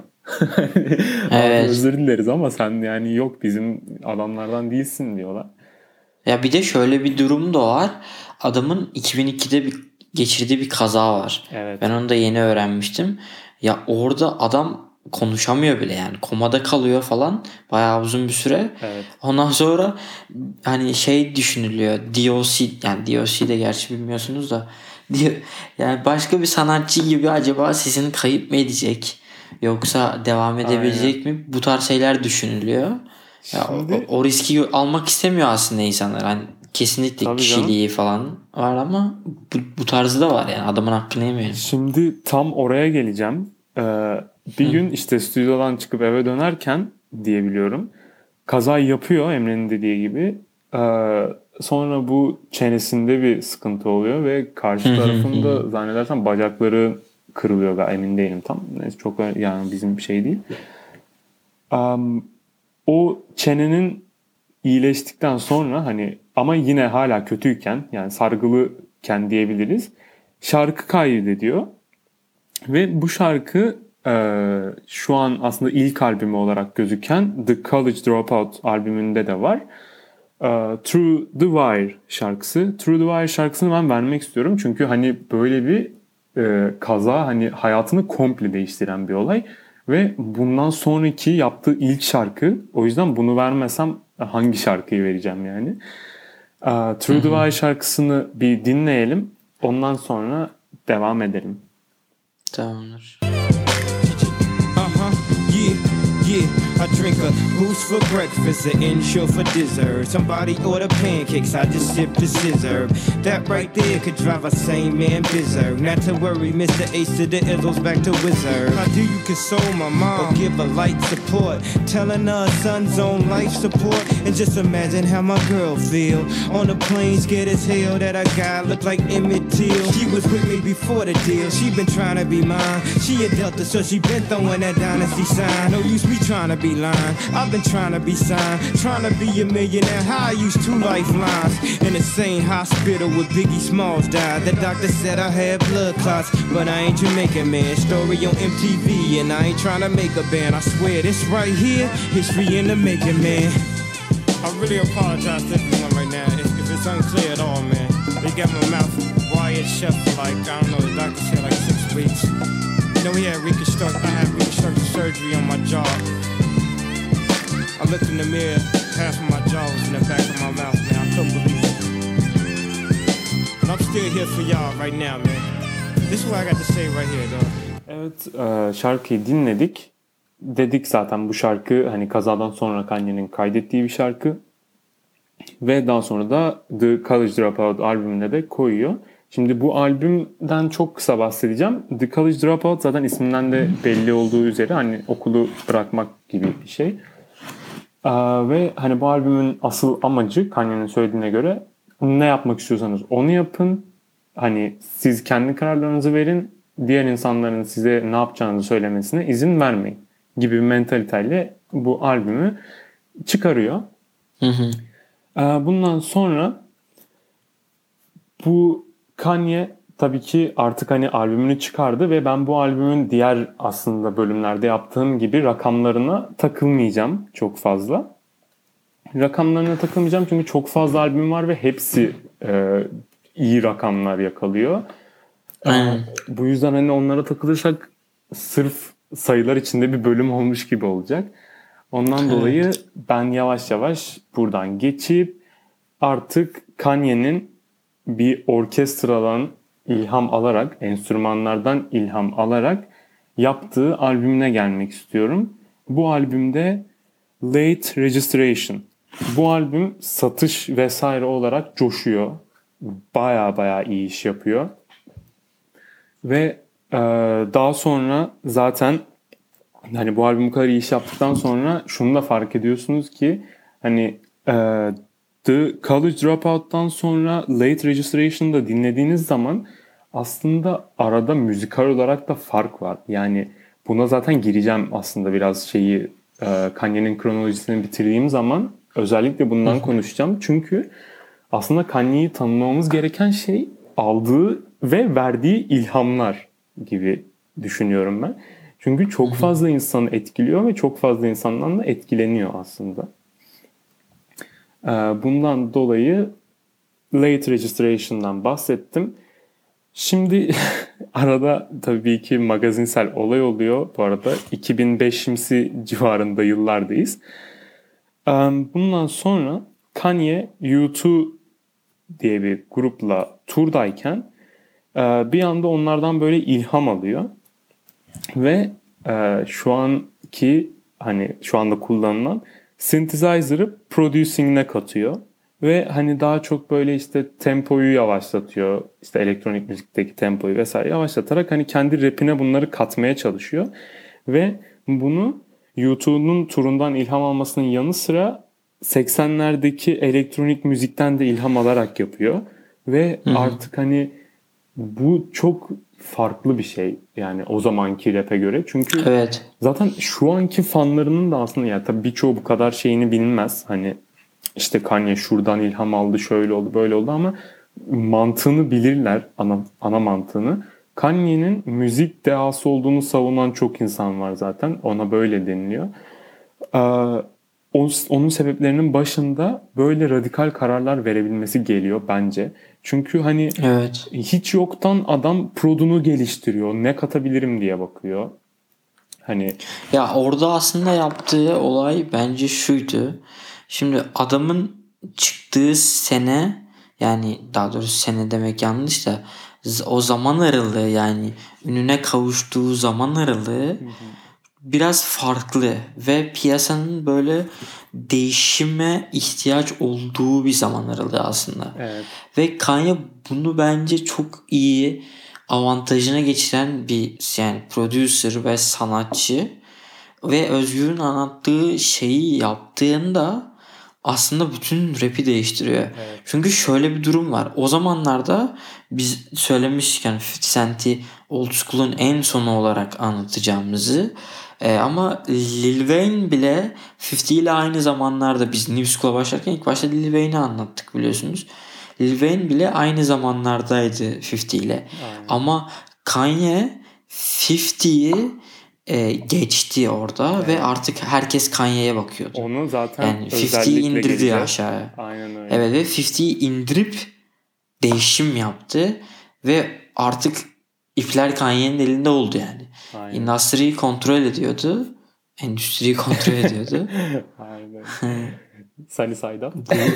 Evet. Özür dileriz ama sen yani yok bizim adamlardan değilsin diyorlar. Ya bir de şöyle bir durum da var. Adamın 2002'de geçirdiği bir kaza var. Evet. Ben onu da yeni öğrenmiştim. Ya orada adam konuşamıyor bile yani. Komada kalıyor falan. Bayağı uzun bir süre. Evet. Ondan sonra hani şey düşünülüyor. DOC yani DOC de gerçi bilmiyorsunuz da yani başka bir sanatçı gibi acaba sesini kayıp mı edecek? Yoksa devam edebilecek mi? Bu tarz şeyler düşünülüyor. Ya o riski almak istemiyor aslında insanlar. Hani kesinlikle Tabii kişiliği falan var ama bu tarzı da var yani. Adamın hakkını yemeyelim. Şimdi tam oraya geleceğim. Bir gün işte stüdyodan çıkıp eve dönerken diyebiliyorum. Kazayı yapıyor Emre'nin dediği gibi. Sonra bu çenesinde bir sıkıntı oluyor ve karşı tarafında zannedersem bacakları kırılıyor, emin değilim tam. Neyse, çok yani bizim bir şey değil. O çenenin iyileştikten sonra hani ama yine hala kötüyken yani sargılıken diyebiliriz. Şarkı kaydediyor. Ve bu şarkı şu an aslında ilk albümü olarak gözüken The College Dropout albümünde de var. Through the Wire şarkısı. Through the Wire şarkısını ben vermek istiyorum. Çünkü hani böyle bir kaza hani hayatını komple değiştiren bir olay. Ve bundan sonraki yaptığı ilk şarkı. O yüzden bunu vermesem hangi şarkıyı vereceğim yani. Through the Wire şarkısını bir dinleyelim. Ondan sonra devam edelim. Tamamdır. Yeah, I drink a boost for breakfast, an insure for dessert. Somebody order pancakes, I just sip the scissor. That right there could drive a sane man berserk. Not to worry, Mr. Ace to the Izzles back to Wizard. How do you console my mom or give her light support? Telling her son's on life support. And just imagine how my girl feel on the plane, scared as hell that a guy looked like Emmett Till. She was with me before the deal, she been trying to be mine. She a Delta, so she been throwing that dynasty sign. No use me trying to be lying, I've been trying to be signed. Trying to be a millionaire, how I used 2 lifelines. In the same hospital where Biggie Smalls died. The doctor said I had blood clots, but I ain't Jamaican, man. Story on MTV, and I ain't trying to make a band. I swear this right here, history in the making, man. I really apologize to everyone right now if it's unclear at all, man. They got my mouth wired shut for like, I don't know, the doctor said like 6 weeks. You know, I had reconstructive surgery on my jaw. I looked in the mirror, half of my jaw was in the back of my mouth, man. I couldn't believe it. And I'm still here for y'all right now, man. This is what I got to say right here, dog. Evet, şarkıyı dinledik. Dedik zaten bu şarkı hani kazadan sonra Kanye'nin kaydettiği bir şarkı. Ve daha sonra da The College Dropout albümüne de koyuyor. Şimdi bu albümden çok kısa bahsedeceğim. The College Dropout zaten isminden de belli olduğu üzere hani okulu bırakmak gibi bir şey. Ve hani bu albümün asıl amacı Kanye'nin söylediğine göre ne yapmak istiyorsanız onu yapın. hani siz kendi kararlarınızı verin, diğer insanların size ne yapacağınızı söylemesine izin vermeyin gibi bir mentaliteyle bu albümü çıkarıyor. Hı hı. Bundan sonra bu Kanye tabii ki artık hani albümünü çıkardı ve ben bu albümün diğer aslında bölümlerde yaptığım gibi rakamlarına takılmayacağım çok fazla. Rakamlarına takılmayacağım çünkü çok fazla albüm var ve hepsi iyi rakamlar yakalıyor. Bu yüzden hani onlara takılırsak sırf sayılar içinde bir bölüm olmuş gibi olacak. Ondan dolayı ben yavaş yavaş buradan geçip artık Kanye'nin bir orkestradan ilham alarak, enstrümanlardan ilham alarak yaptığı albümüne gelmek istiyorum. Bu albümde Late Registration. Bu albüm satış vesaire olarak coşuyor. Baya iyi iş yapıyor. Ve daha sonra zaten hani bu albüm bu kadar iyi iş yaptıktan sonra şunu da fark ediyorsunuz ki hani The College Dropout'tan sonra Late Registration'da dinlediğiniz zaman aslında arada müzikal olarak da fark var. Yani buna zaten gireceğim aslında biraz Kanye'nin kronolojisini bitirdiğim zaman özellikle bundan konuşacağım. Çünkü aslında Kanye'yi tanımlamamız gereken şey aldığı ve verdiği ilhamlar gibi düşünüyorum ben. Çünkü çok fazla insanı etkiliyor ve çok fazla insandan da etkileniyor aslında. Bundan dolayı Late Registration'dan bahsettim. Şimdi arada tabii ki magazinsel olay oluyor. Bu arada 2005'imsi civarında yıllardayız. Bundan sonra Kanye U2 diye bir grupla turdayken bir anda onlardan böyle ilham alıyor. Ve şu anda kullanılan synthesizer'ı producing'ine katıyor. Ve hani daha çok böyle işte tempoyu yavaşlatıyor. İşte elektronik müzikteki tempoyu vesaire yavaşlatarak hani kendi rapine bunları katmaya çalışıyor. Ve bunu U2'nun turundan ilham almasının yanı sıra 80'lerdeki elektronik müzikten de ilham alarak yapıyor. Ve artık hani bu çok farklı bir şey yani o zamanki rap'e göre. Çünkü zaten şu anki fanlarının da aslında yani tabii birçoğu bu kadar şeyini bilmez. Hani işte Kanye şuradan ilham aldı, şöyle oldu, böyle oldu ama mantığını bilirler, ana mantığını. Kanye'nin müzik dehası olduğunu savunan çok insan var zaten. Ona böyle deniliyor. Onun sebeplerinin başında böyle radikal kararlar verebilmesi geliyor bence. Çünkü hani hiç yoktan adam produnu geliştiriyor. Ne katabilirim diye bakıyor. Hani ya orada aslında yaptığı olay bence şuydu. Şimdi adamın çıktığı sene, yani daha doğrusu sene demek yanlış da, o zaman aralığı, yani ününe kavuştuğu zaman aralığı biraz farklı ve piyasanın böyle değişime ihtiyaç olduğu bir zaman aralığı aslında. Evet. Ve Kanye bunu bence çok iyi avantajına geçiren bir yani producer ve sanatçı ve Özgür'ün anlattığı şeyi yaptığında aslında bütün rap'i değiştiriyor. Evet. Çünkü şöyle bir durum var. O zamanlarda biz söylemişken 50 Cent'i Old School'un en sonu olarak anlatacağımızı ama Lil Wayne bile 50 ile aynı zamanlarda, biz New School'a başlarken ilk başta Lil Wayne'i anlattık biliyorsunuz. Lil Wayne bile aynı zamanlardaydı 50 ile. Aynen. Ama Kanye 50'yi geçti orada ve artık herkes Kanye'ye bakıyordu. Onu zaten yani 50'yi indirdi aşağıya. Aynen öyle. Evet ve 50'yi indirip değişim yaptı ve artık ipler Kanye'nin elinde oldu yani. Aynen. Endüstriyi kontrol ediyordu. Aynen. Sunny Side Up.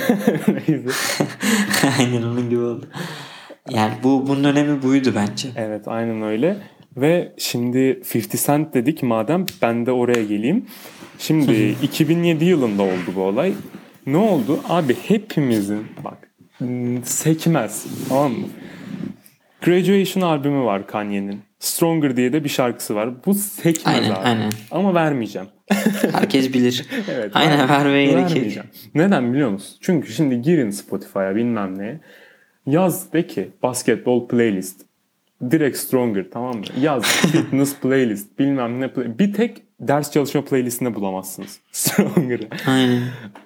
Aynen onun gibi oldu. Yani bunun önemi buydu bence. Evet, aynen öyle. Ve şimdi 50 Cent dedik, madem ben de oraya geleyim. Şimdi 2007 yılında oldu bu olay. Ne oldu? Abi hepimizin bak sekmez, tamam mı? Graduation albümü var Kanye'nin. Stronger diye de bir şarkısı var. Bu sekmez abi. Aynen. Ama vermeyeceğim. Herkes bilir. Evet, aynen vermeye gerek yok. Neden biliyor musun? Çünkü şimdi girin Spotify'a bilmem neye. Yaz de ki basketbol playlist. Direkt Stronger, tamam mı? Yaz fitness playlist, bilmem ne bir tek ders çalışma playlistinde bulamazsınız Stronger'ı. Aynen.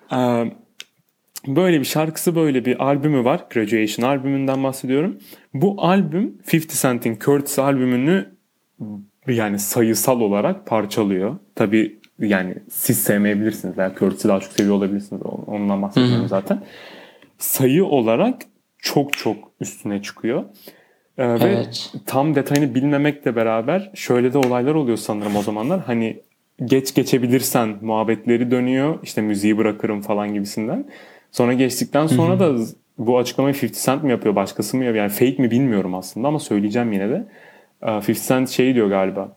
Böyle bir şarkısı, böyle bir albümü var. Graduation albümünden bahsediyorum. Bu albüm 50 Cent'in Curtis albümünü yani sayısal olarak parçalıyor. Tabii yani siz sevmeyebilirsiniz veya Curtis'i daha çok seviyor olabilirsiniz. Ondan bahsediyorum zaten. Sayı olarak çok çok üstüne çıkıyor. Evet. Ve tam detayını bilmemekle beraber şöyle de olaylar oluyor sanırım o zamanlar. Hani geçebilirsen muhabbetleri dönüyor. İşte müziği bırakırım falan gibisinden. Sonra geçtikten sonra da bu açıklamayı 50 Cent mi yapıyor, başkası mı yapıyor? Yani fake mi bilmiyorum aslında ama söyleyeceğim yine de. 50 Cent şey diyor galiba.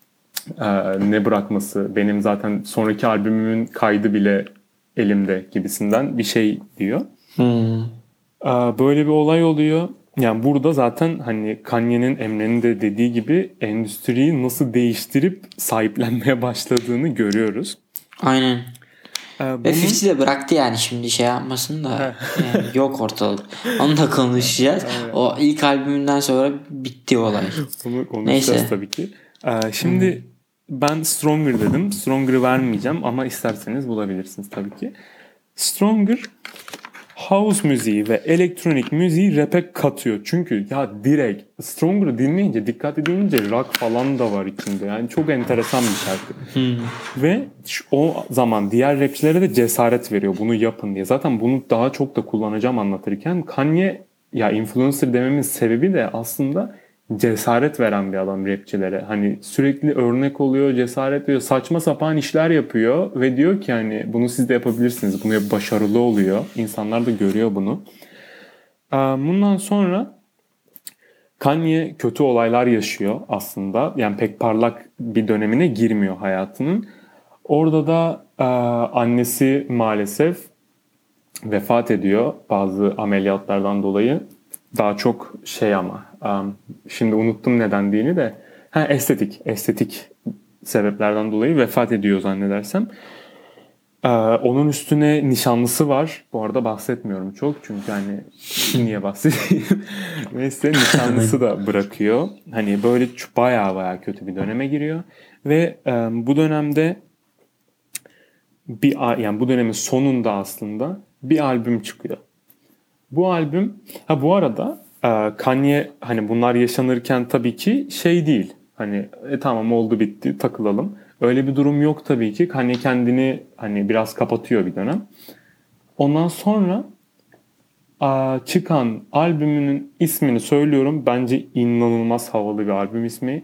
Ne bırakması? Benim zaten sonraki albümümün kaydı bile elimde gibisinden bir şey diyor. Böyle bir olay oluyor. Yani burada zaten hani Kanye'nin, Emre'nin de dediği gibi endüstriyi nasıl değiştirip sahiplenmeye başladığını görüyoruz. Aynen. Bunun... Ve 50 de bıraktı yani, şimdi şey yapmasın da yani yok ortalık. Onu da konuşacağız. O ilk albümünden sonra bitti olay. Bunu konuşacağız tabii ki. Şimdi ben Stronger dedim. Stronger'ı vermeyeceğim ama isterseniz bulabilirsiniz tabii ki. Stronger house müziği ve elektronik müziği rap'e katıyor. Çünkü ya direkt Stronger'ı dinleyince, dikkat edince rock falan da var içinde. Yani çok enteresan bir şarkı. Ve o zaman diğer rapçilere de cesaret veriyor bunu yapın diye. Zaten bunu daha çok da kullanacağım anlatırken. Kanye, ya influencer dememin sebebi de aslında cesaret veren bir adam rapçilere. Hani sürekli örnek oluyor, cesaret veriyor, saçma sapan işler yapıyor ve diyor ki hani bunu siz de yapabilirsiniz. Bunu başarılı oluyor. İnsanlar da görüyor bunu. Bundan sonra Kanye kötü olaylar yaşıyor aslında. Yani pek parlak bir dönemine girmiyor hayatının. Orada da annesi maalesef vefat ediyor bazı ameliyatlardan dolayı. Daha çok şey ama şimdi unuttum neden diyeni de estetik sebeplerden dolayı vefat ediyor zannedersem. Onun üstüne nişanlısı var. Bu arada bahsetmiyorum çok çünkü hani niye bahsedeyim. Neyse, nişanlısı da bırakıyor. Hani böyle baya kötü bir döneme giriyor ve bu dönemde yani bu dönemin sonunda aslında bir albüm çıkıyor. Bu albüm, bu arada Kanye hani bunlar yaşanırken tabii ki şey değil. Hani tamam oldu bitti takılalım. Öyle bir durum yok tabii ki. Kanye kendini hani biraz kapatıyor bir dönem. Ondan sonra çıkan albümünün ismini söylüyorum. Bence inanılmaz havalı bir albüm ismi.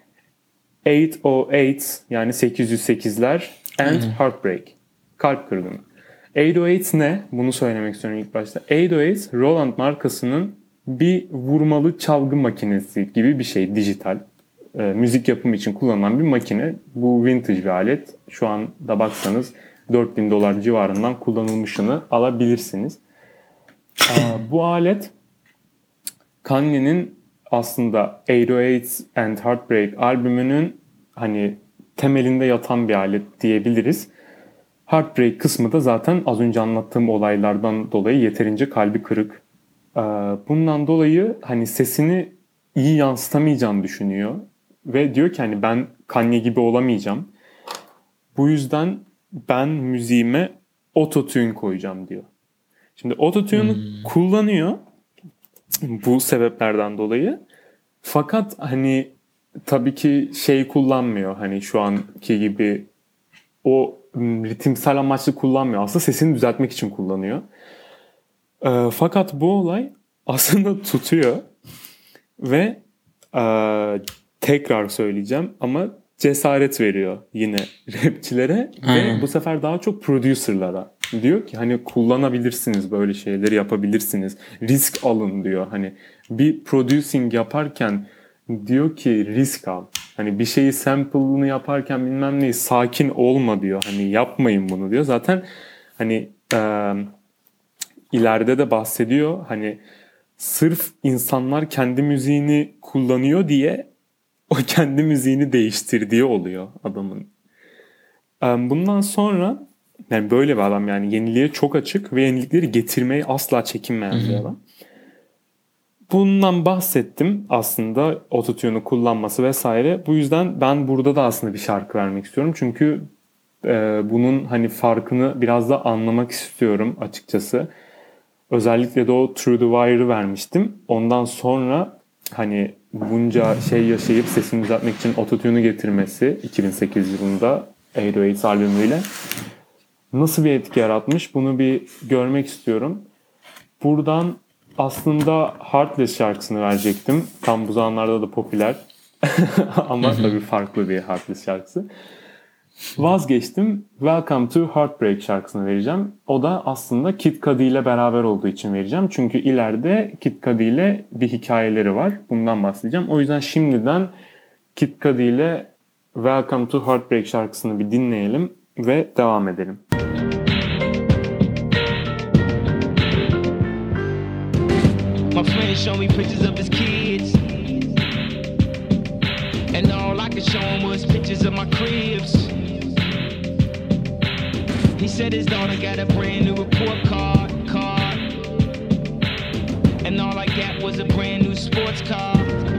808 yani 808'ler and Heartbreak. Kalp kırgını. 808 ne? Bunu söylemek istiyorum ilk başta. 808 Roland markasının bir vurmalı çalgı makinesi gibi bir şey, dijital. Müzik yapımı için kullanılan bir makine. Bu vintage bir alet. Şu anda baksanız $4,000 civarından kullanılmışını alabilirsiniz. Bu alet Kanye'nin aslında 808 and Heartbreak albümünün hani temelinde yatan bir alet diyebiliriz. Heartbreak kısmı da zaten az önce anlattığım olaylardan dolayı yeterince kalbi kırık. Bundan dolayı hani sesini iyi yansıtamayacağını düşünüyor. Ve diyor ki hani ben Kanye gibi olamayacağım. Bu yüzden ben müziğime autotune koyacağım diyor. Şimdi autotune'u kullanıyor bu sebeplerden dolayı. Fakat hani tabii ki şey kullanmıyor. Hani şu anki gibi o ritimsel amaçlı kullanmıyor. Aslında sesini düzeltmek için kullanıyor. Fakat bu olay aslında tutuyor. Ve tekrar söyleyeceğim ama cesaret veriyor yine rapçilere ve bu sefer daha çok producerlara. Diyor ki hani kullanabilirsiniz, böyle şeyleri yapabilirsiniz. Risk alın diyor. Hani bir producing yaparken diyor ki risk al. Hani bir şeyi sample'ını yaparken bilmem neyi sakin olma diyor. Hani yapmayın bunu diyor. Zaten hani ileride de bahsediyor. Hani sırf insanlar kendi müziğini kullanıyor diye o kendi müziğini değiştirdiği oluyor adamın. Bundan sonra yani böyle bir adam, yani yeniliğe çok açık ve yenilikleri getirmeyi asla çekinmeyen bir adam. Bundan bahsettim aslında, autotune'u kullanması vesaire. Bu yüzden ben burada da aslında bir şarkı vermek istiyorum. Çünkü bunun hani farkını biraz da anlamak istiyorum açıkçası. Özellikle de o Through the Wire'ı vermiştim. Ondan sonra hani bunca şey yaşayıp sesini düzeltmek için autotune'u getirmesi 2008 yılında 808 albümüyle nasıl bir etki yaratmış, bunu bir görmek istiyorum. Buradan aslında Heartless şarkısını verecektim. Tam bu zamanlarda da popüler. Ama tabii farklı bir Heartless şarkısı. Vazgeçtim. Welcome to Heartbreak şarkısını vereceğim. O da aslında Kid Cudi ile beraber olduğu için vereceğim. Çünkü ileride Kid Cudi ile bir hikayeleri var. Bundan bahsedeceğim. O yüzden şimdiden Kid Cudi ile Welcome to Heartbreak şarkısını bir dinleyelim ve devam edelim. My friends show me pictures of his kids, and all I could show him was pictures of my cribs. He said his daughter got a brand new report card, and all I got was a brand new sports car.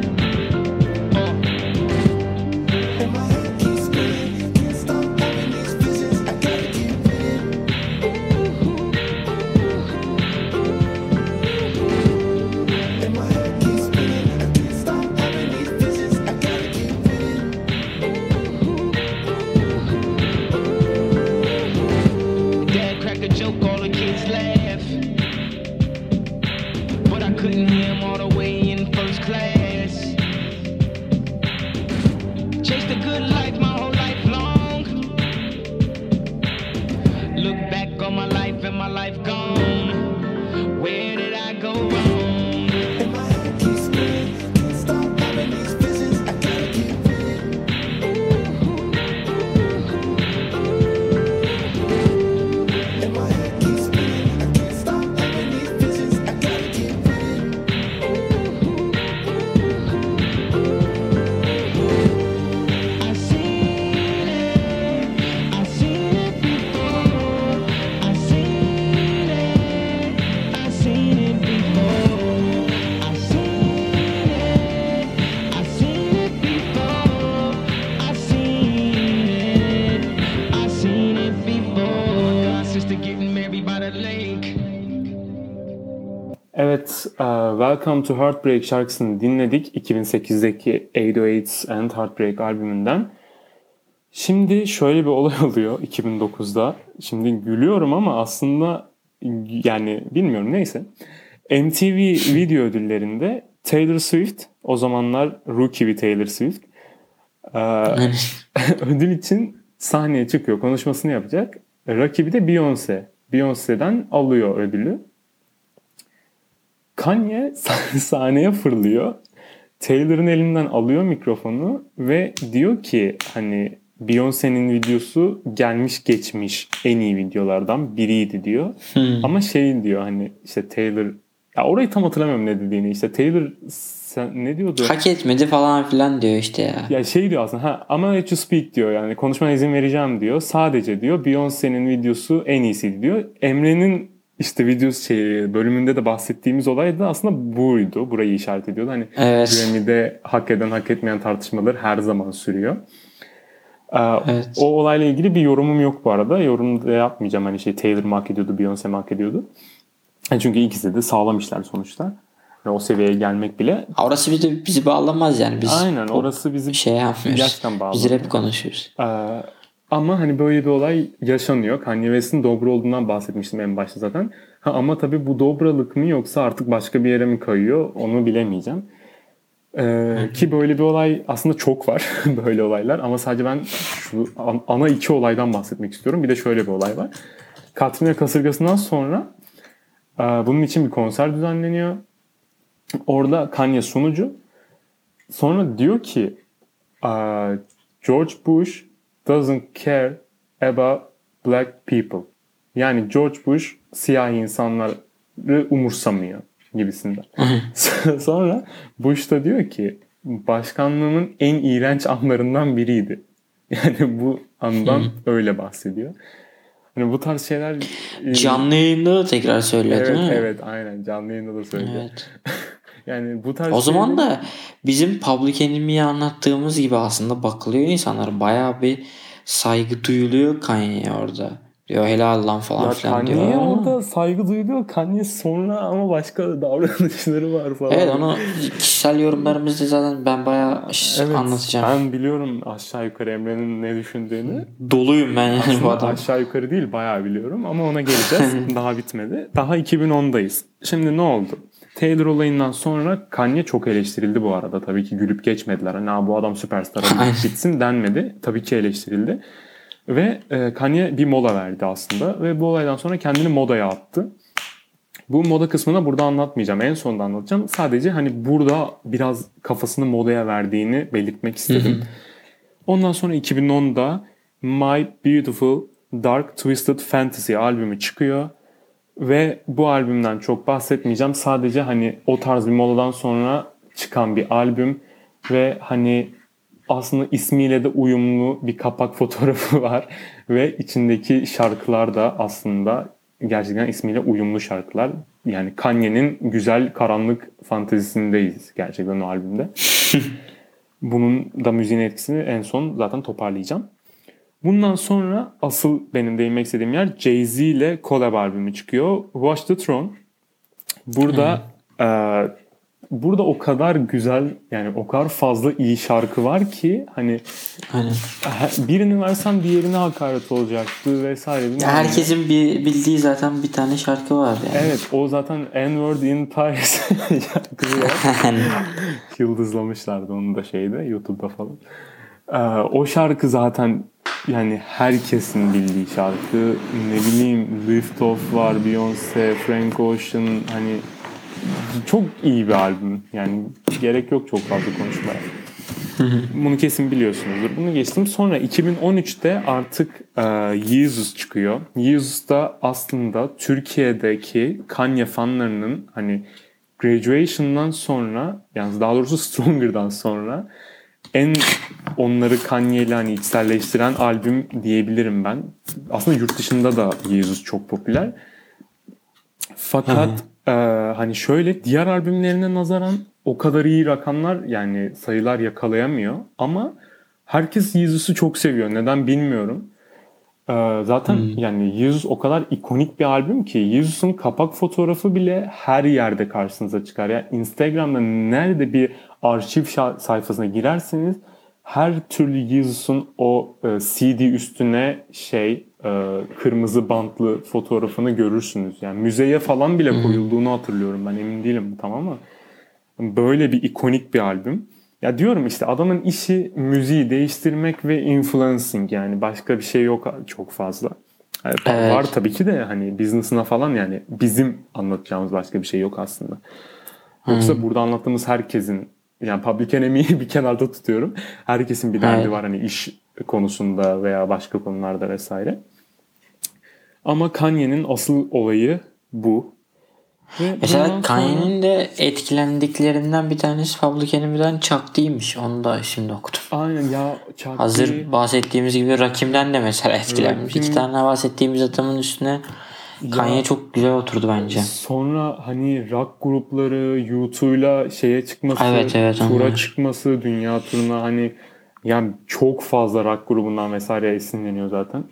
Evet, Welcome to Heartbreak şarkısını dinledik 2008'deki 808 and Heartbreak albümünden. Şimdi şöyle bir olay oluyor 2009'da. Şimdi gülüyorum ama aslında yani bilmiyorum, neyse. MTV video ödüllerinde Taylor Swift, o zamanlar rookie bir Taylor Swift, ödül için sahneye çıkıyor, konuşmasını yapacak. Rakibi de Beyoncé. Beyoncé'den alıyor ödülü. Kanye sahneye fırlıyor. Taylor'ın elinden alıyor mikrofonu ve diyor ki hani Beyoncé'nin videosu gelmiş geçmiş en iyi videolardan biriydi diyor. Ama şey diyor hani işte Taylor, ya orayı tam hatırlamıyorum ne dediğini, işte Taylor sen ne diyordu? Hak etmedi falan filan diyor işte ya. Ya şey diyor aslında, ama let you speak diyor, yani konuşmana izin vereceğim diyor. Sadece diyor Beyoncé'nin videosu en iyisiydi diyor. Emre'nin işte videosu bölümünde de bahsettiğimiz olay da aslında buydu. Burayı işaret ediyordu. Hani evet. Grammy'de hak eden hak etmeyen tartışmaları her zaman sürüyor. Evet. O olayla ilgili bir yorumum yok bu arada. Yorum da yapmayacağım. Hani Taylor mı hak ediyordu, Beyoncé mi hak ediyordu? Çünkü ikisi de sağlam işler sonuçta. Ve o seviyeye gelmek bile. Orası bizi bağlamaz yani. Biz aynen, orası bizi şey yapmıyoruz. Gerçekten bağlamaz. Biz rap konuşuyoruz. Ama hani böyle bir olay yaşanıyor. Kanye West'in dobra olduğundan bahsetmiştim en başta zaten. Ama tabii bu dobralık mı yoksa artık başka bir yere mi kayıyor onu bilemeyeceğim. Ki böyle bir olay aslında çok var böyle olaylar, ama sadece ben şu ana iki olaydan bahsetmek istiyorum. Bir de şöyle bir olay var. Katrina kasırgasından sonra bunun için bir konser düzenleniyor. Orada Kanye sunucu. Sonra diyor ki George Bush doesn't care about black people. Yani George Bush siyahi insanları umursamıyor gibisinden. Sonra Bush da diyor ki başkanlığımın en iğrenç anlarından biriydi. Yani bu andan öyle bahsediyor. Hani bu tarz şeyler canlı yayında da tekrar söylüyor evet, değil mi? Evet, aynen canlı yayında da söylüyor. Evet. Yani bu tarz O zaman şeyleri- da bizim Public Enemy'yi anlattığımız gibi aslında bakılıyor insanlar. Bayağı bir saygı duyuluyor Kanye'ye orada. Diyor helal lan falan ya filan diyor. Kanye'ye Ama- orada saygı duyuluyor. Kanye sonra ama başka davranışları var falan. Evet, onu kişisel yorumlarımızda zaten ben bayağı Evet, anlatacağım. ben biliyorum aşağı yukarı Emre'nin ne düşündüğünü. Doluyum ben yani bu Aslında adam. aşağı yukarı değil, bayağı biliyorum ama ona geleceğiz. Daha bitmedi. Daha 2010'dayız. Şimdi ne oldu? Taylor olayından sonra Kanye çok eleştirildi bu arada. Tabii ki gülüp geçmediler. Hani bu adam süperstar Aynen. gitsin denmedi. Tabii ki eleştirildi. Ve Kanye bir mola verdi aslında. Ve bu olaydan sonra kendini modaya attı. Bu moda kısmını burada anlatmayacağım. En sonunda anlatacağım. Sadece hani burada biraz kafasını modaya verdiğini belirtmek istedim. Ondan sonra 2010'da My Beautiful Dark Twisted Fantasy albümü çıkıyor. Ve bu albümden çok bahsetmeyeceğim. Sadece hani o tarz bir moladan sonra çıkan bir albüm. Ve hani aslında ismiyle de uyumlu bir kapak fotoğrafı var. Ve içindeki şarkılar da aslında gerçekten ismiyle uyumlu şarkılar. Yani Kanye'nin güzel karanlık fantezisindeyiz gerçekten o albümde. Bunun da müziğin etkisini en son zaten toparlayacağım. Bundan sonra asıl benim değinmek istediğim yer Jay-Z ile collab albümü çıkıyor. Watch the Throne. Burada o kadar güzel, yani o kadar fazla iyi şarkı var ki hani Aynen. birini versem diğerine hakaret olacaktı vesaire. bilmem ne. Herkesin bildiği zaten bir tane şarkı var yani. Evet, o zaten N-Word in Paris şarkısı var. Yıldızlamışlardı onu da YouTube'da falan. O şarkı zaten yani herkesin bildiği şarkı. Ne bileyim, Lift Off var, Beyoncé, Frank Ocean, hani çok iyi bir albüm. Yani gerek yok çok fazla konuşmaya. Bunu kesin biliyorsunuzdur. Bunu geçtim. Sonra 2013'te artık Yeezus çıkıyor. Yeezus da aslında Türkiye'deki Kanye fanlarının hani Graduation'dan sonra, yani daha doğrusu Stronger'dan sonra en onları Kanye ile hani içselleştiren albüm diyebilirim ben. Aslında yurt dışında da Yeezus çok popüler. Fakat hani şöyle, diğer albümlerine nazaran o kadar iyi rakamlar, yani sayılar yakalayamıyor. Ama herkes Yeezus'u çok seviyor. Neden bilmiyorum. Zaten yani Yeezus o kadar ikonik bir albüm ki Yeezus'un kapak fotoğrafı bile her yerde karşınıza çıkar. Yani Instagram'da nerede bir arşiv sayfasına girerseniz her türlü Yeezus'un o CD üstüne kırmızı bantlı fotoğrafını görürsünüz. Yani müzeye falan bile koyulduğunu hatırlıyorum. Ben emin değilim tam ama böyle bir ikonik bir albüm. Ya diyorum işte, adamın işi müziği değiştirmek ve influencing, yani başka bir şey yok çok fazla. Yani Evet. Var tabii ki de hani business'ına falan, yani bizim anlatacağımız başka bir şey yok aslında. Yoksa burada anlattığımız herkesin, yani Public Enemy'yi bir kenarda tutuyorum. Herkesin bir derdi Evet. var hani iş konusunda veya başka konularda vesaire. Ama Kanye'nin asıl olayı bu. Ve bundan Mesela sonra- Kanye'nin de etkilendiklerinden bir tanesi Public Enemy'den Chuck Onu da şimdi okudum. Aynen ya, Chuck D. Hazır bahsettiğimiz gibi Rakim'den de mesela etkilenmiş. Rakim- İki tane bahsettiğimiz adamın üstüne Kanye çok güzel oturdu bence. Sonra hani rock grupları YouTube'la çıkması, Evet, tura onlar. çıkması, dünya turuna, hani yani çok fazla rock grubundan vesaire esinleniyor zaten.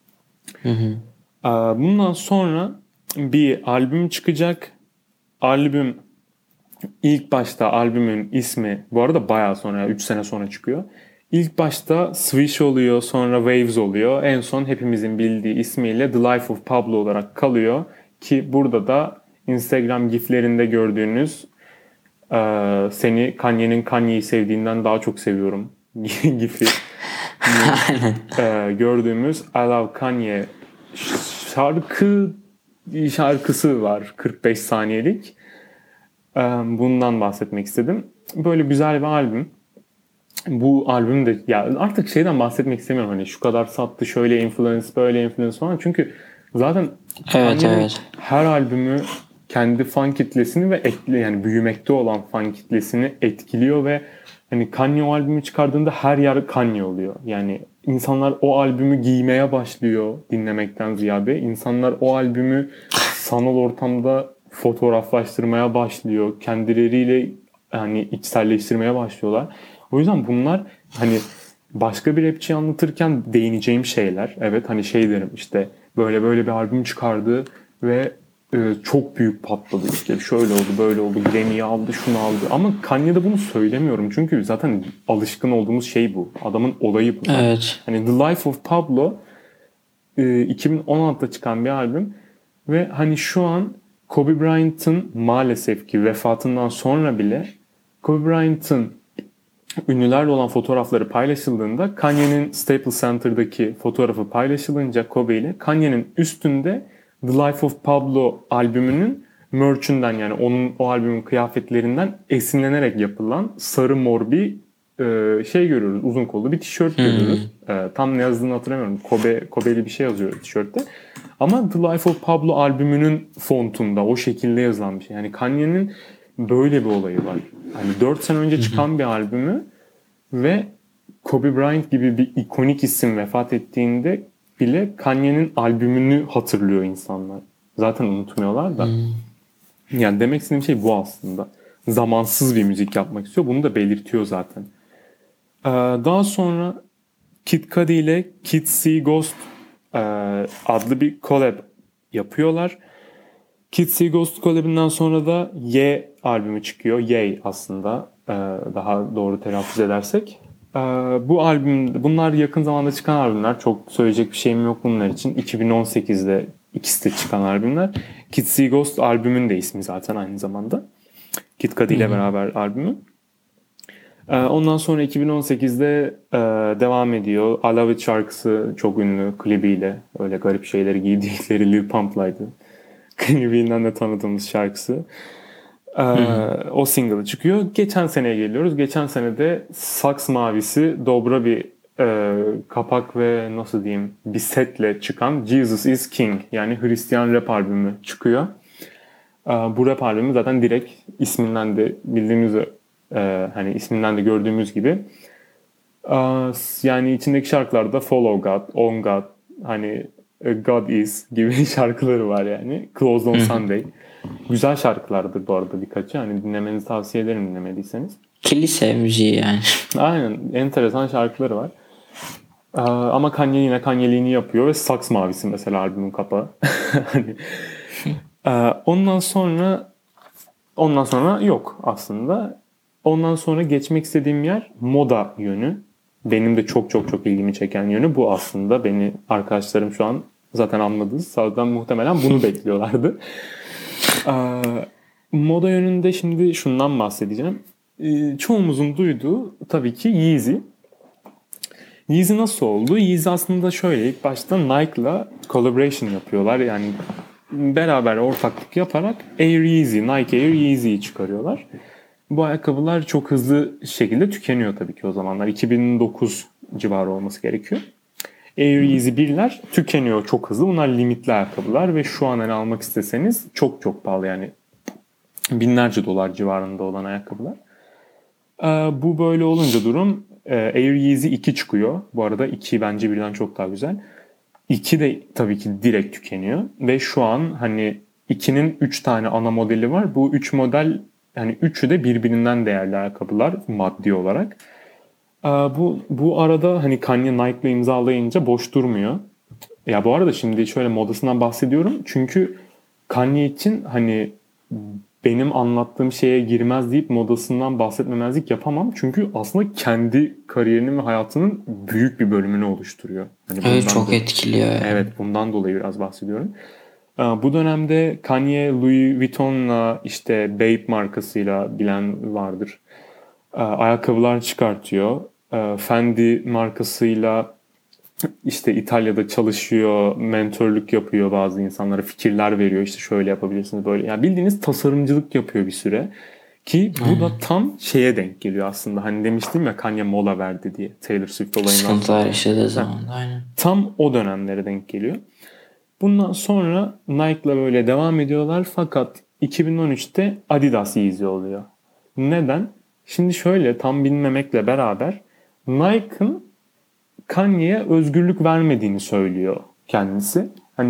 Bundan sonra bir albüm çıkacak. Albüm, ilk başta albümün ismi bu arada bayağı sonra, 3 sene sonra çıkıyor. İlk başta Swish oluyor, sonra Waves oluyor. En son hepimizin bildiği ismiyle The Life of Pablo olarak kalıyor. Ki burada da Instagram giflerinde gördüğünüz seni Kanye'yi sevdiğinden daha çok seviyorum gifi. Gördüğümüz I Love Kanye şarkısı var, 45 saniyelik. Bundan bahsetmek istedim. Böyle güzel bir albüm. Bu albüm de ya artık şeyden bahsetmek istemiyorum, hani şu kadar sattı, şöyle influence, böyle influence falan. Çünkü zaten Kanye'nin Evet. her albümü kendi fan kitlesini ve yani büyümekte olan fan kitlesini etkiliyor ve hani Kanye o albümü çıkardığında her yer Kanye oluyor. Yani insanlar o albümü giymeye başlıyor dinlemekten ziyade. İnsanlar o albümü sanal ortamda fotoğraflaştırmaya başlıyor. Kendileriyle hani içselleştirmeye başlıyorlar. O yüzden bunlar hani başka bir rapçi anlatırken değineceğim şeyler. Evet hani şey derim işte böyle böyle bir albüm çıkardı ve çok büyük patladı işte şöyle oldu böyle oldu Grammy'yi aldı şunu aldı ama Kanye'de bunu söylemiyorum çünkü zaten alışkın olduğumuz şey bu. Adamın olayı bu. Evet. Hani The Life of Pablo 2016'da çıkan bir albüm ve hani şu an Kobe Bryant'ın maalesef ki vefatından sonra bile Kobe Bryant'ın ünlülerle olan fotoğrafları paylaşıldığında Kanye'nin Staples Center'daki fotoğrafı paylaşılınca Kobe ile Kanye'nin üstünde The Life of Pablo albümünün merch'ünden yani onun o albümün kıyafetlerinden esinlenerek yapılan sarı mor bir şey görüyoruz. Uzun kollu bir tişört görüyoruz. Tam ne yazdığını hatırlamıyorum. Kobe'li bir şey yazıyor tişörtte. Ama The Life of Pablo albümünün fontunda o şekilde yazılan bir şey. Yani Kanye'nin böyle bir olayı var. Hani 4 sene önce çıkan bir albümü ve Kobe Bryant gibi bir ikonik isim vefat ettiğinde bile Kanye'nin albümünü hatırlıyor insanlar. Zaten unutmuyorlar da. Yani demek istediğim şey bu aslında. Zamansız bir müzik yapmak istiyor. Bunu da belirtiyor zaten. Daha sonra Kid Cudi ile Kid See Ghost adlı bir collab yapıyorlar. Kid See Ghost collab'inden sonra da Ye albümü çıkıyor. Ye aslında daha doğru telaffuz edersek. Bu albüm, bunlar yakın zamanda çıkan albümler. Çok söyleyecek bir şeyim yok bunlar için. 2018'de ikisi de çıkan albümler. Kid See Ghost albümün de ismi zaten aynı zamanda. Kid Cudi ile beraber albümü. Ondan sonra 2018'de devam ediyor. I Love It şarkısı çok ünlü klibiyle. Öyle garip şeyleri giydikleri Lil Pump'laydı. Klibinden de tanıdığımız şarkısı. O single çıkıyor. Geçen seneye geliyoruz. Geçen sene de saks mavisi dobra bir kapak ve nasıl diyeyim bir setle çıkan Jesus is King yani Hristiyan rap albümü çıkıyor. Bu rap albümü zaten direkt isminden de bildiğimiz hani isminden de gördüğümüz gibi yani içindeki şarkılarda Follow God, On God, hani God Is gibi şarkıları var yani. Closed on Sunday. Güzel şarkılardır bu arada birkaçı. Hani dinlemenizi tavsiye ederim dinlemediyseniz. Kilise müziği yani. Aynen. Enteresan şarkıları var. Ama Kanye yine Kanye'liğini yapıyor ve Saks Mavisi mesela albümün kapağı. Hani, ondan sonra yok aslında. Ondan sonra geçmek istediğim yer moda yönü. Benim de çok çok çok ilgimi çeken yönü bu aslında. Beni arkadaşlarım şu an zaten anladınız. Zaten muhtemelen bunu bekliyorlardı. Moda yönünde şimdi şundan bahsedeceğim. Çoğumuzun duyduğu tabii ki Yeezy. Yeezy nasıl oldu? Yeezy aslında şöyle ilk başta Nike'la collaboration yapıyorlar. Yani beraber ortaklık yaparak Air Yeezy, Nike Air Yeezy'yi çıkarıyorlar. Bu ayakkabılar çok hızlı şekilde tükeniyor tabii ki o zamanlar. 2009 civarı olması gerekiyor. Air Yeezy 1'ler tükeniyor çok hızlı. Bunlar limitli ayakkabılar ve şu an hani almak isteseniz çok çok pahalı yani binlerce dolar civarında olan ayakkabılar. Bu böyle olunca durum Air Yeezy 2 çıkıyor. Bu arada 2 bence birden çok daha güzel. 2 de tabii ki direkt tükeniyor ve şu an hani 2'nin 3 tane ana modeli var. Bu 3 model yani üçü de birbirinden değerli ayakkabılar maddi olarak. Bu arada hani Kanye Nike'la imzalayınca boş durmuyor. Ya bu arada şimdi şöyle modasından bahsediyorum. Çünkü Kanye için hani benim anlattığım şeye girmez deyip modasından bahsetmemezlik yapamam. Çünkü aslında kendi kariyerinin ve hayatının büyük bir bölümünü oluşturuyor. Hani evet çok etkiliyor. Yani. Evet bundan dolayı biraz bahsediyorum. Bu dönemde Kanye Louis Vuitton'la işte Bape markasıyla bilen vardır. Ayakkabılar çıkartıyor. Fendi markasıyla işte İtalya'da çalışıyor, mentörlük yapıyor bazı insanlara, fikirler veriyor. İşte şöyle yapabilirsiniz böyle. Yani bildiğiniz tasarımcılık yapıyor bir süre. Ki bu da tam şeye denk geliyor aslında. Hani demiştim ya Kanye mola verdi diye Taylor Swift olayından. Sıkıntılar yaşadığı zaman aynen. Tam o dönemlere denk geliyor. Bundan sonra Nike'la böyle devam ediyorlar fakat 2013'te Adidas Yeezy oluyor. Neden? Şimdi şöyle tam bilmemekle beraber Nike'ın Kanye'ye özgürlük vermediğini söylüyor kendisi. Hani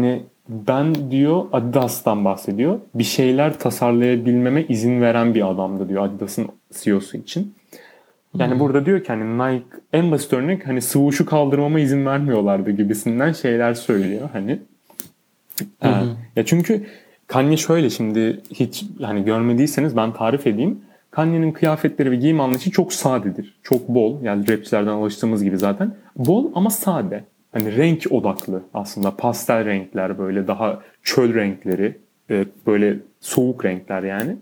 ben diyor Adidas'tan bahsediyor. Bir şeyler tasarlayabilmeme izin veren bir adamdı diyor Adidas'ın CEO'su için. Yani burada diyor ki hani Nike en basit örnek hani swoosh'u kaldırmama izin vermiyorlardı gibisinden şeyler söylüyor hani. Ya çünkü Kanye şöyle şimdi hiç hani görmediyseniz ben tarif edeyim. Kanye'nin kıyafetleri ve giyim anlayışı çok sadedir. Çok bol. Yani rapçilerden alıştığımız gibi zaten. Bol ama sade. Hani renk odaklı aslında. Pastel renkler böyle daha çöl renkleri. Böyle soğuk renkler yani.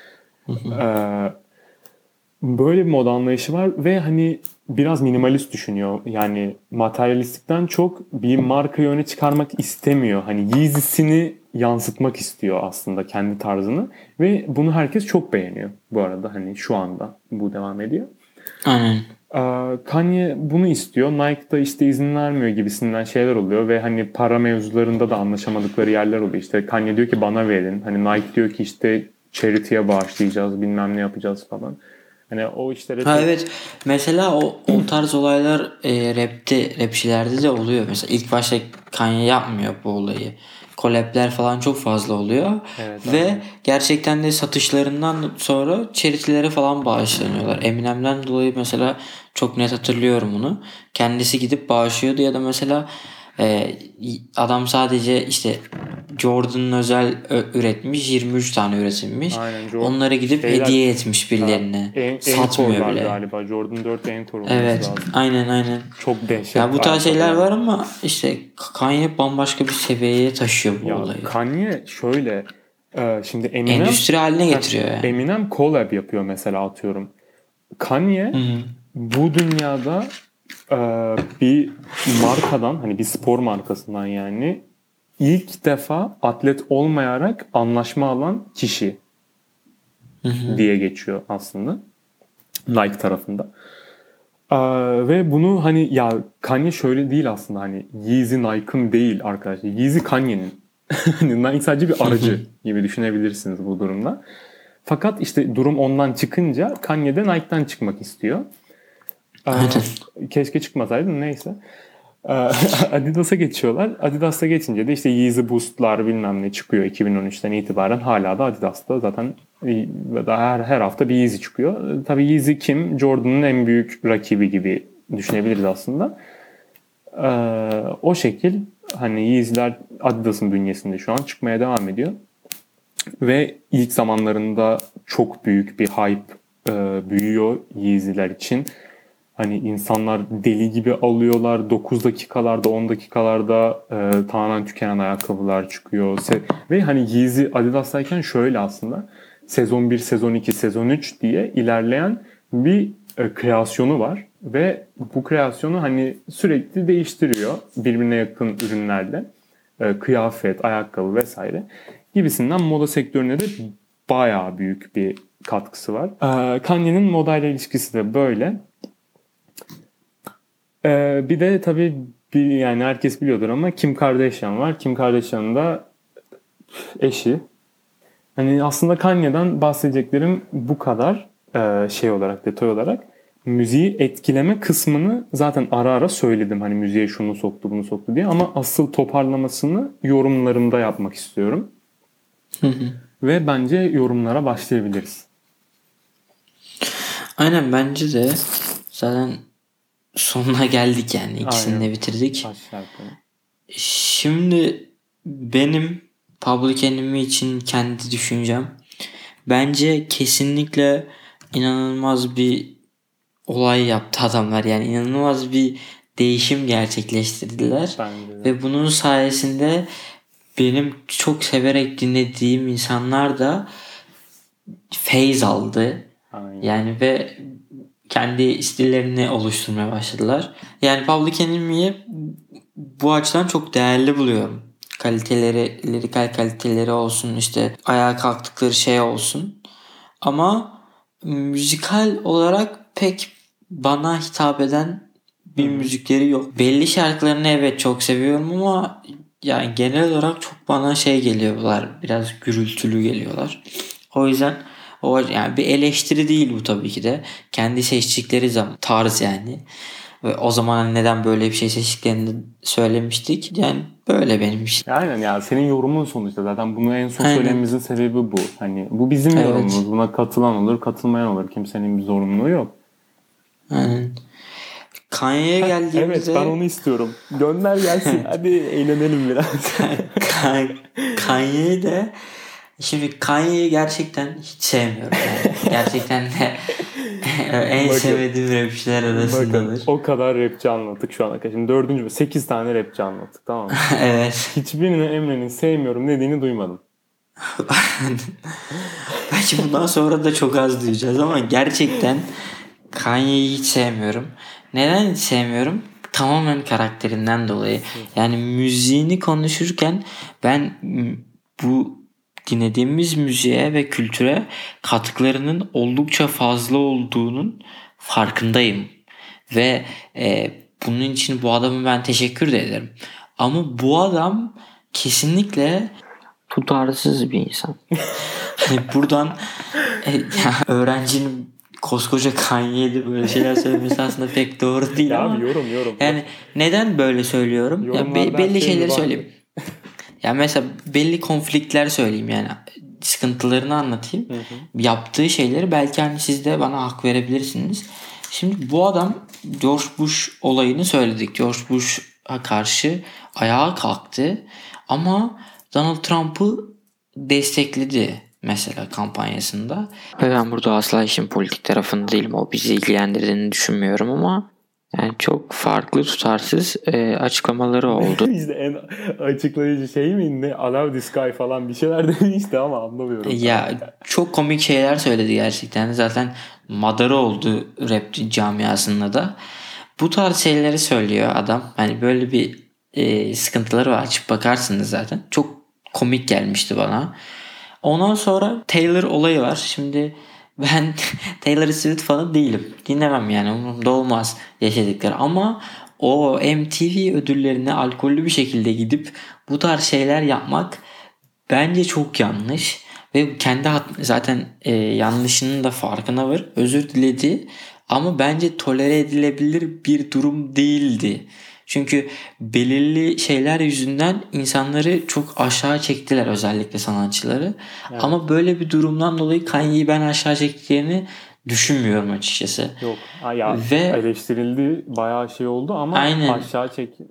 Böyle bir moda anlayışı var ve hani biraz minimalist düşünüyor. Yani materyalistlikten çok bir markayı öne çıkarmak istemiyor. Hani Yeezy'sini yansıtmak istiyor aslında kendi tarzını ve bunu herkes çok beğeniyor bu arada hani şu anda bu devam ediyor. Aynen. Kanye bunu istiyor. Nike da işte izin vermiyor gibisinden şeyler oluyor ve hani para mevzularında da anlaşamadıkları yerler oluyor. İşte Kanye diyor ki bana verin. Hani Nike diyor ki işte charity'ye bağışlayacağız, bilmem ne yapacağız falan. Hani o işlere Evet. Mesela o tarz olaylar rapçilerde de oluyor. Mesela ilk başta Kanye yapmıyor bu olayı. Collab'ler falan çok fazla oluyor. Evet, ve aynen. gerçekten de satışlarından sonra charity'lere falan bağışlanıyorlar. Eminem'den dolayı mesela çok net hatırlıyorum bunu. Kendisi gidip bağışlıyordu ya da mesela adam sadece işte Jordan'ın özel üretmiş 23 tane üretilmiş. Aynen, Onları gidip hediye etmiş birilerine. Satmıyor bile. Galiba. Jordan 4 Encore olması Evet. lazım. Aynen. Çok dehşet. Ya bu tarz ayakkabı şeyler yani. var ama işte Kanye bambaşka bir seviyeye taşıyor bu Ya olayı. Kanye şöyle şimdi Eminem Endüstri haline getiriyor yani. Eminem collab yapıyor mesela atıyorum. Kanye bu dünyada bir markadan hani bir spor markasından yani ilk defa atlet olmayarak anlaşma alan kişi diye geçiyor aslında Nike tarafında. Ve bunu hani ya Kanye şöyle değil aslında hani Yeezy Nike'ın değil arkadaşlar. Yeezy Kanye'nin. Hani Nike sadece bir aracı gibi düşünebilirsiniz bu durumda. Fakat işte durum ondan çıkınca Kanye de Nike'dan çıkmak istiyor. Keşke çıkmasaydı neyse. Adidas'a geçiyorlar. Adidas'a geçince de işte Yeezy Boost'lar bilmem ne çıkıyor 2013'ten itibaren. Hala da Adidas'ta zaten her hafta bir Yeezy çıkıyor. Tabii Yeezy kim? Jordan'ın en büyük rakibi gibi düşünebiliriz aslında. O şekil hani Yeezy'ler Adidas'ın bünyesinde şu an çıkmaya devam ediyor. Ve ilk zamanlarında çok büyük bir hype büyüyor Yeezy'ler için. Hani insanlar deli gibi alıyorlar. 9 dakikalarda 10 dakikalarda tamamen tükenen ayakkabılar çıkıyor. Ve hani Yeezy Adidas'tayken şöyle aslında sezon 1, sezon 2, sezon 3 diye ilerleyen bir kreasyonu var. Ve bu kreasyonu hani sürekli değiştiriyor birbirine yakın ürünlerle. Kıyafet, ayakkabı vesaire gibisinden moda sektörüne de bayağı büyük bir katkısı var. Kanye'nin modayla ilişkisi de böyle. Bir de tabii yani herkes biliyordur ama Kim Kardashian var. Kim Kardashian'ın da eşi. Hani aslında Kanye'den bahsedeceklerim bu kadar şey olarak, detay olarak. Müziği etkileme kısmını zaten ara ara söyledim. Hani müziğe şunu soktu, bunu soktu diye. Ama asıl toparlamasını yorumlarımda yapmak istiyorum. Ve bence yorumlara başlayabiliriz. Aynen bence de zaten sonuna geldik yani. İkisini de bitirdik. Şimdi benim Public Enemy için kendi düşüncem. Bence kesinlikle inanılmaz bir olay yaptı adamlar. Yani inanılmaz bir değişim gerçekleştirdiler. Ve bunun sayesinde benim çok severek dinlediğim insanlar da feyz aldı. Aynen. Yani ve kendi stillerini oluşturmaya başladılar. Yani Public Enemy'yi bu açıdan çok değerli buluyorum. Kaliteleri, lirikal kaliteleri olsun, işte ayağa kalktıkları şey olsun. Ama müzikal olarak pek bana hitap eden bir müzikleri yok. Belli şarkılarını evet çok seviyorum ama yani genel olarak çok bana şey geliyorlar. Biraz gürültülü geliyorlar. O yüzden yani bir eleştiri değil bu tabii ki de. Kendi seçtikleri tarz yani. Ve o zaman neden böyle bir şey seçtiklerini söylemiştik. Yani Böyle benim için. Aynen ya, senin yorumun sonuçta. Zaten bunu en son Aynen. söylememizin sebebi bu. Hani bu bizim Evet. yorumumuz. Buna katılan olur, katılmayan olur. Kimsenin bir zorunluluğu yok. Aynen. Kanye'ye Evet, geldiğimizde ben onu istiyorum. Gönder gelsin. Hadi eğlenelim biraz. Kanye'yi de şimdi Kanye'yi gerçekten hiç sevmiyorum. Yani. Gerçekten de en Bakın. sevmediğim rapçiler Bakın arasındadır. o kadar rapçi anlattık şu ana kadar. Şimdi 8 tane rapçi anlattık, tamam mı? Evet. Hiçbirini Emre'nin sevmiyorum dediğini duymadım. Belki bundan sonra da çok az duyacağız ama gerçekten Kanye'yi hiç sevmiyorum. Neden hiç sevmiyorum? Tamamen karakterinden dolayı. Yani müziğini konuşurken ben bu dinlediğimiz müziğe ve kültüre katkılarının oldukça fazla olduğunun farkındayım. Ve bunun için bu adamı ben teşekkür de ederim. Ama bu adam kesinlikle tutarsız bir insan. Hani buradan ya öğrencinin koskoca Kanye'de böyle şeyler söylemesi aslında pek doğru değil Ya ama abi yorum. yani neden böyle söylüyorum? Ya Yorumlarda her belli şey şeyleri var. söyleyeyim. Ya mesela belli konfliktler söyleyeyim yani sıkıntılarını anlatayım. Yaptığı şeyleri belki hani siz de bana hak verebilirsiniz. Şimdi bu adam George Bush olayını söyledik. George Bush'a karşı ayağa kalktı ama Donald Trump'ı destekledi mesela kampanyasında. Ve ben burada asla işin politik tarafında değilim. O bizi ilgilendirdiğini düşünmüyorum ama yani çok farklı tutarsız açıklamaları oldu. İşte en açıklayıcı şey mi? Ne? Allow this guy falan bir şeyler demişti ama anlamıyorum. Ya çok komik şeyler söyledi gerçekten. Zaten madarı oldu rap camiasında da. Bu tarz şeyleri söylüyor adam. Hani böyle bir sıkıntıları var. Açıp bakarsınız zaten. Çok komik gelmişti bana. Ondan sonra Taylor olayı var. Şimdi ben Taylor Swift falan değilim. Dinlemem yani. Umurumda olmaz yaşadıkları. Ama o MTV ödüllerine alkollü bir şekilde gidip bu tarz şeyler yapmak bence çok yanlış. Ve kendi zaten yanlışının da farkına var. Özür diledi. Ama bence tolere edilebilir bir durum değildi. Çünkü belirli şeyler yüzünden insanları çok aşağı çektiler, özellikle sanatçıları. Evet. Ama böyle bir durumdan dolayı Kanye'yi ben aşağı çektiklerini düşünmüyorum açıkçası. Yok. Ya Ve eleştirildi, bayağı şey oldu ama aynen. aşağı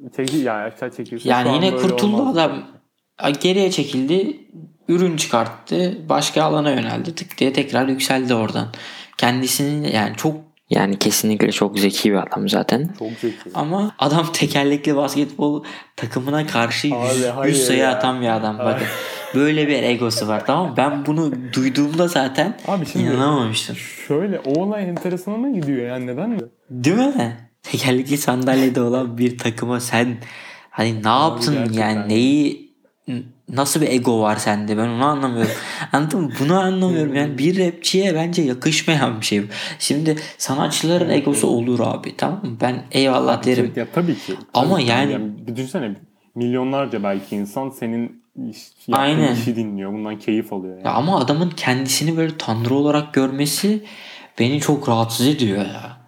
çekilse Yani şu an yine böyle kurtuldu olmazdı. adam. Geriye çekildi, ürün çıkarttı, başka alana yöneldi, tık diye tekrar yükseldi oradan. Kendisinin yani çok, yani kesinlikle çok zeki bir adam zaten. Çok zeki. Ama adam tekerlekli basketbol takımına karşı Abi, hayır 100 sayı ya. atan bir adam. Bakın böyle bir egosu var, tamam mı? Ben bunu duyduğumda zaten Abi şimdi inanamamıştım. şöyle, o olay enteresanına gidiyor yani, neden mi? Değil mi? Tekerlekli sandalyede olan bir takıma sen hani ne yaptın gerçekten. yani, neyi, nasıl bir ego var sende, ben onu anlamıyorum. Anladın mı? Bunu anlamıyorum yani, bir rapçiye bence yakışmayan bir şey bu. Şimdi sanatçıların egosu olur abi, tamam mı? Ben eyvallah derim. Ya tabii ki. Ama Tabii ki. yani Bir düşünsene, milyonlarca belki insan senin yaptığın Aynen. işi dinliyor. Bundan keyif alıyor yani. ya ama adamın kendisini böyle tanrı olarak görmesi beni çok rahatsız ediyor ya.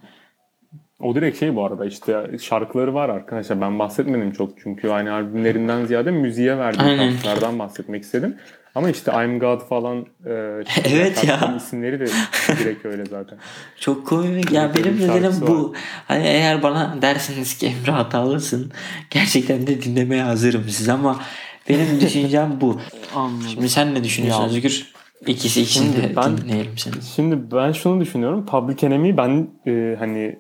O direkt şey, bu arada işte şarkıları var arkadaşlar, ben bahsetmedim çok çünkü hani albümlerinden ziyade müziğe verdiğim Aynen. katkılardan bahsetmek istedim. Ama işte I'm God falan Evet ya. şarkının isimleri de direkt öyle zaten. Çok komik ya, Böyle benim bir nedenim şarkısı bu. Hani eğer bana dersiniz ki Emre hatalısın, gerçekten de dinlemeye hazırım siz, ama benim düşüncem bu. Şimdi sen ne düşünüyorsun Ya, Özgür? İkisini de ben- dinleyelim seni. Şimdi ben şunu düşünüyorum. Public Enemy ben hani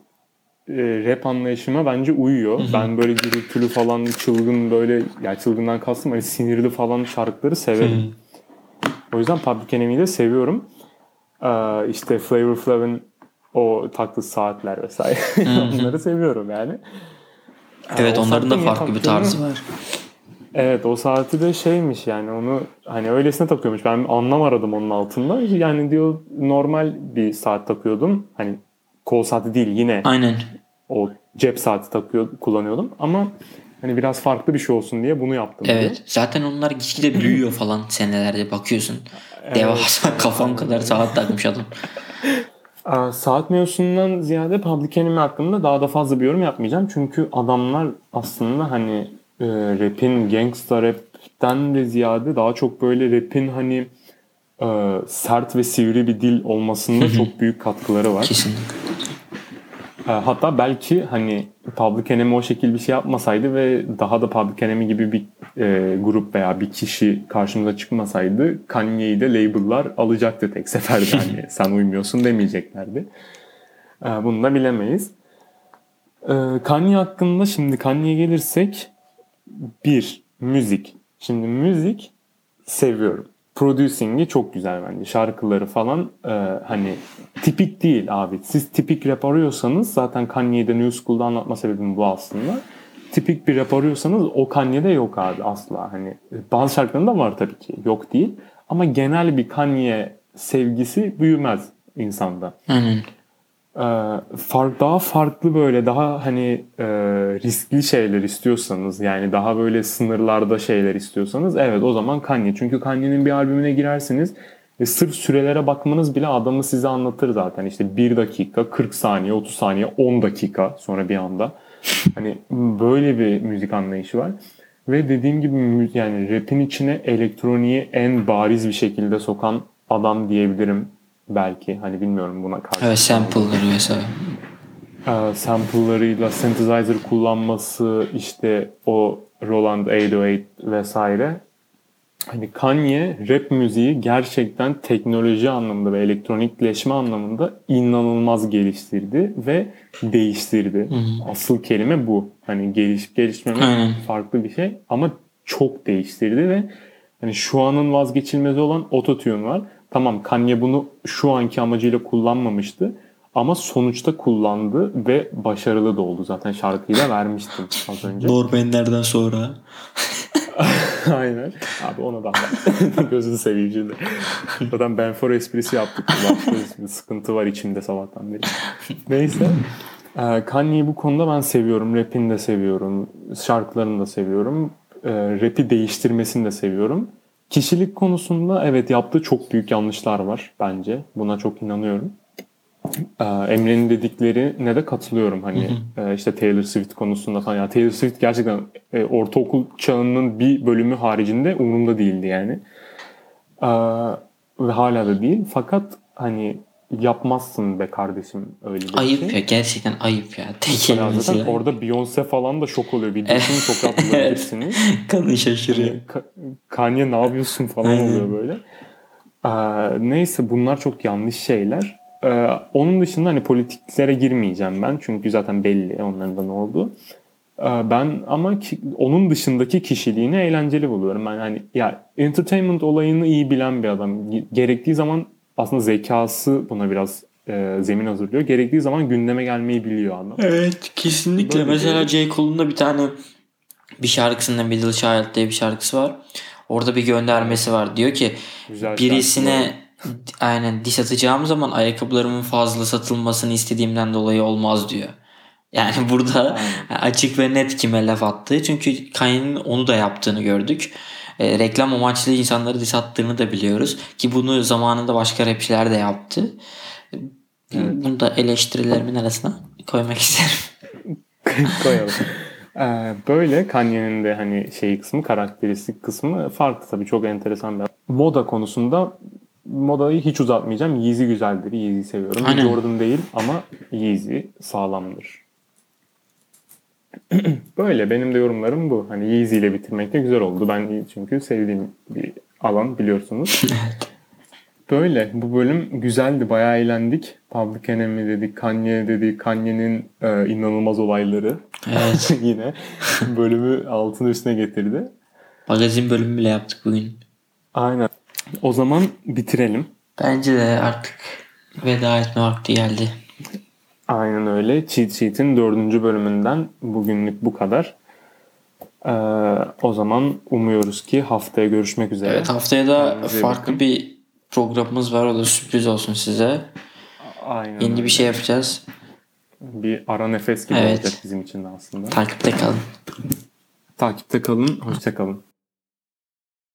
rap anlayışıma bence uyuyor. Ben böyle gürültülü falan, çılgın, böyle, yani çılgından kastım hani sinirli falan şarkıları severim. O yüzden Public Enemy'yi de seviyorum. İşte Flavor Flav'ın o taklı saatler vesaire onları seviyorum yani. Evet, O onların da saatte niye farklı bir takıyorum? tarzı var. Evet, o saati de şeymiş yani, onu hani öylesine takıyormuş. Ben anlam aradım onun altında. Yani diyor, normal bir saat takıyordum. Hani kol saati değil, yine Aynen. o cep saati kullanıyordum. Ama hani biraz farklı bir şey olsun diye bunu yaptım diyor. Evet. Zaten onlar gitgide büyüyor falan senelerde, bakıyorsun. Devasa kafam kadar saat takmış adam. Saat mevzusundan ziyade Public Enemy hakkında daha da fazla bir yorum yapmayacağım. Çünkü adamlar aslında hani rap'in gangsta rap'ten de ziyade daha çok böyle rap'in hani sert ve sivri bir dil olmasında çok büyük katkıları var. Kesinlikle. Hatta belki hani Public Enemy o şekilde bir şey yapmasaydı ve daha da Public Enemy gibi bir grup veya bir kişi karşımıza çıkmasaydı Kanye'yi de label'lar alacaktı tek seferde. Hani sen uymuyorsun demeyeceklerdi. Bunu da bilemeyiz. Kanye hakkında şimdi Kanye'ye gelirsek müzik. Şimdi müzik seviyorum. Producing'i çok güzel bence. Şarkıları falan hani tipik değil abi. Siz tipik rap arıyorsanız zaten Kanye'de New School'da anlatma sebebim bu aslında. Tipik bir rap arıyorsanız o Kanye'de yok abi asla. Hani bazı şarkılarında var tabii ki. Yok değil. Ama genel bir Kanye sevgisi büyümez insanda. Aynen. Daha farklı böyle daha hani riskli şeyler istiyorsanız yani daha böyle sınırlarda şeyler istiyorsanız evet o zaman Kanye. Çünkü Kanye'nin bir albümüne girersiniz ve sırf sürelere bakmanız bile adamı size anlatır zaten. İşte 1 dakika, 40 saniye, 30 saniye, 10 dakika sonra bir anda. Hani böyle bir müzik anlayışı var. Ve dediğim gibi yani rap'in içine elektroniği en bariz bir şekilde sokan adam diyebilirim. Belki hani bilmiyorum buna karşı. Evet, sample'ları mesela. Sample'larıyla synthesizer kullanması işte o Roland 808 vesaire. Hani Kanye rap müziği gerçekten teknoloji anlamında ve elektronikleşme anlamında inanılmaz geliştirdi ve değiştirdi. Asıl kelime bu. Hani gelişmemek farklı bir şey ama çok değiştirdi ve hani şu anın vazgeçilmezi olan autotune var. Tamam Kanye bunu şu anki amacıyla kullanmamıştı ama sonuçta kullandı ve başarılı da oldu. Zaten şarkıyı da vermiştim az önce. Normanlerden sonra. Aynen. Abi ona da gözünü seveyim şimdi. Zaten Benfor esprisi yaptık. Bir sıkıntı var içimde sabahtan beri. Neyse. Kanye'yi bu konuda ben seviyorum. Rap'ini de seviyorum. Şarkılarını da seviyorum. Rap'i değiştirmesini de seviyorum. Kişilik konusunda evet yaptığı çok büyük yanlışlar var bence. Buna çok inanıyorum. Emre'nin dediklerine de katılıyorum. Hani işte Taylor Swift konusunda falan. Yani Taylor Swift gerçekten ortaokul çağının bir bölümü haricinde umurumda değildi yani. Ve hala da değil. Fakat hani yapmazsın be kardeşim öyle bir Ayıp şey. ya, gerçekten ayıp ya. Tek Zaten kelimesi. orada Beyoncé falan da şok oluyor. Videosunu çok atlayabilirsiniz. Kanı şaşırıyor. Kanye ne yapıyorsun falan Aynen. oluyor böyle. Neyse bunlar çok yanlış şeyler. Onun dışında hani politiklere girmeyeceğim ben. Çünkü zaten belli onların da ne olduğu. Ben ama onun dışındaki kişiliğini eğlenceli buluyorum. Ben hani ya entertainment olayını iyi bilen bir adam. Gerektiği zaman aslında zekası buna biraz zemin hazırlıyor. Gerektiği zaman gündeme gelmeyi biliyor adam. Evet, kesinlikle. Böyle mesela J. Cole'un da bir tane bir şarkısında Middle Child diye bir şarkısı var. Orada bir göndermesi var. Diyor ki Güzel birisine aynen diss atacağım zaman ayakkabılarımın fazla satılmasını istediğimden dolayı olmaz diyor. Yani burada açık ve net kime laf attığı. Çünkü Kanye'nin onu da yaptığını gördük. Reklam amaçlı insanları diss attığını da biliyoruz. Ki bunu zamanında başka rapçiler de yaptı. Bunu da eleştirilerimin arasına koymak isterim. Koyalım. Böyle Kanye'nin de hani kısmı, karakteristik kısmı farklı tabii, çok enteresan bir. Moda konusunda modayı hiç uzatmayacağım. Yeezy güzeldir. Yeezy seviyorum. Aynen. Jordan değil ama Yeezy sağlamdır. Böyle benim de yorumlarım bu. Hani Yeezy ile bitirmek de güzel oldu. Ben çünkü sevdiğim bir alan biliyorsunuz. Böyle bu bölüm güzeldi. Bayağı eğlendik. Public Enemy dedik, Kanye dedik. Kanye'nin inanılmaz olayları. Evet. Yine bölümü altın üstüne getirdi. Magazin bölümü bile yaptık bugün. Aynen. O zaman bitirelim. Bence de artık veda etme vakti geldi. Aynen öyle. Cheat Sheet'in 4. bölümünden bugünlük bu kadar. O zaman umuyoruz ki haftaya görüşmek üzere. Evet, haftaya da Kendinize iyi farklı bakın. bir programımız var. O da sürpriz olsun size. Aynen Yeni öyle. bir şey yapacağız. Bir ara nefes gibi Evet. olacak bizim için de aslında. Takipte kalın. Takipte kalın. Hoşça kalın.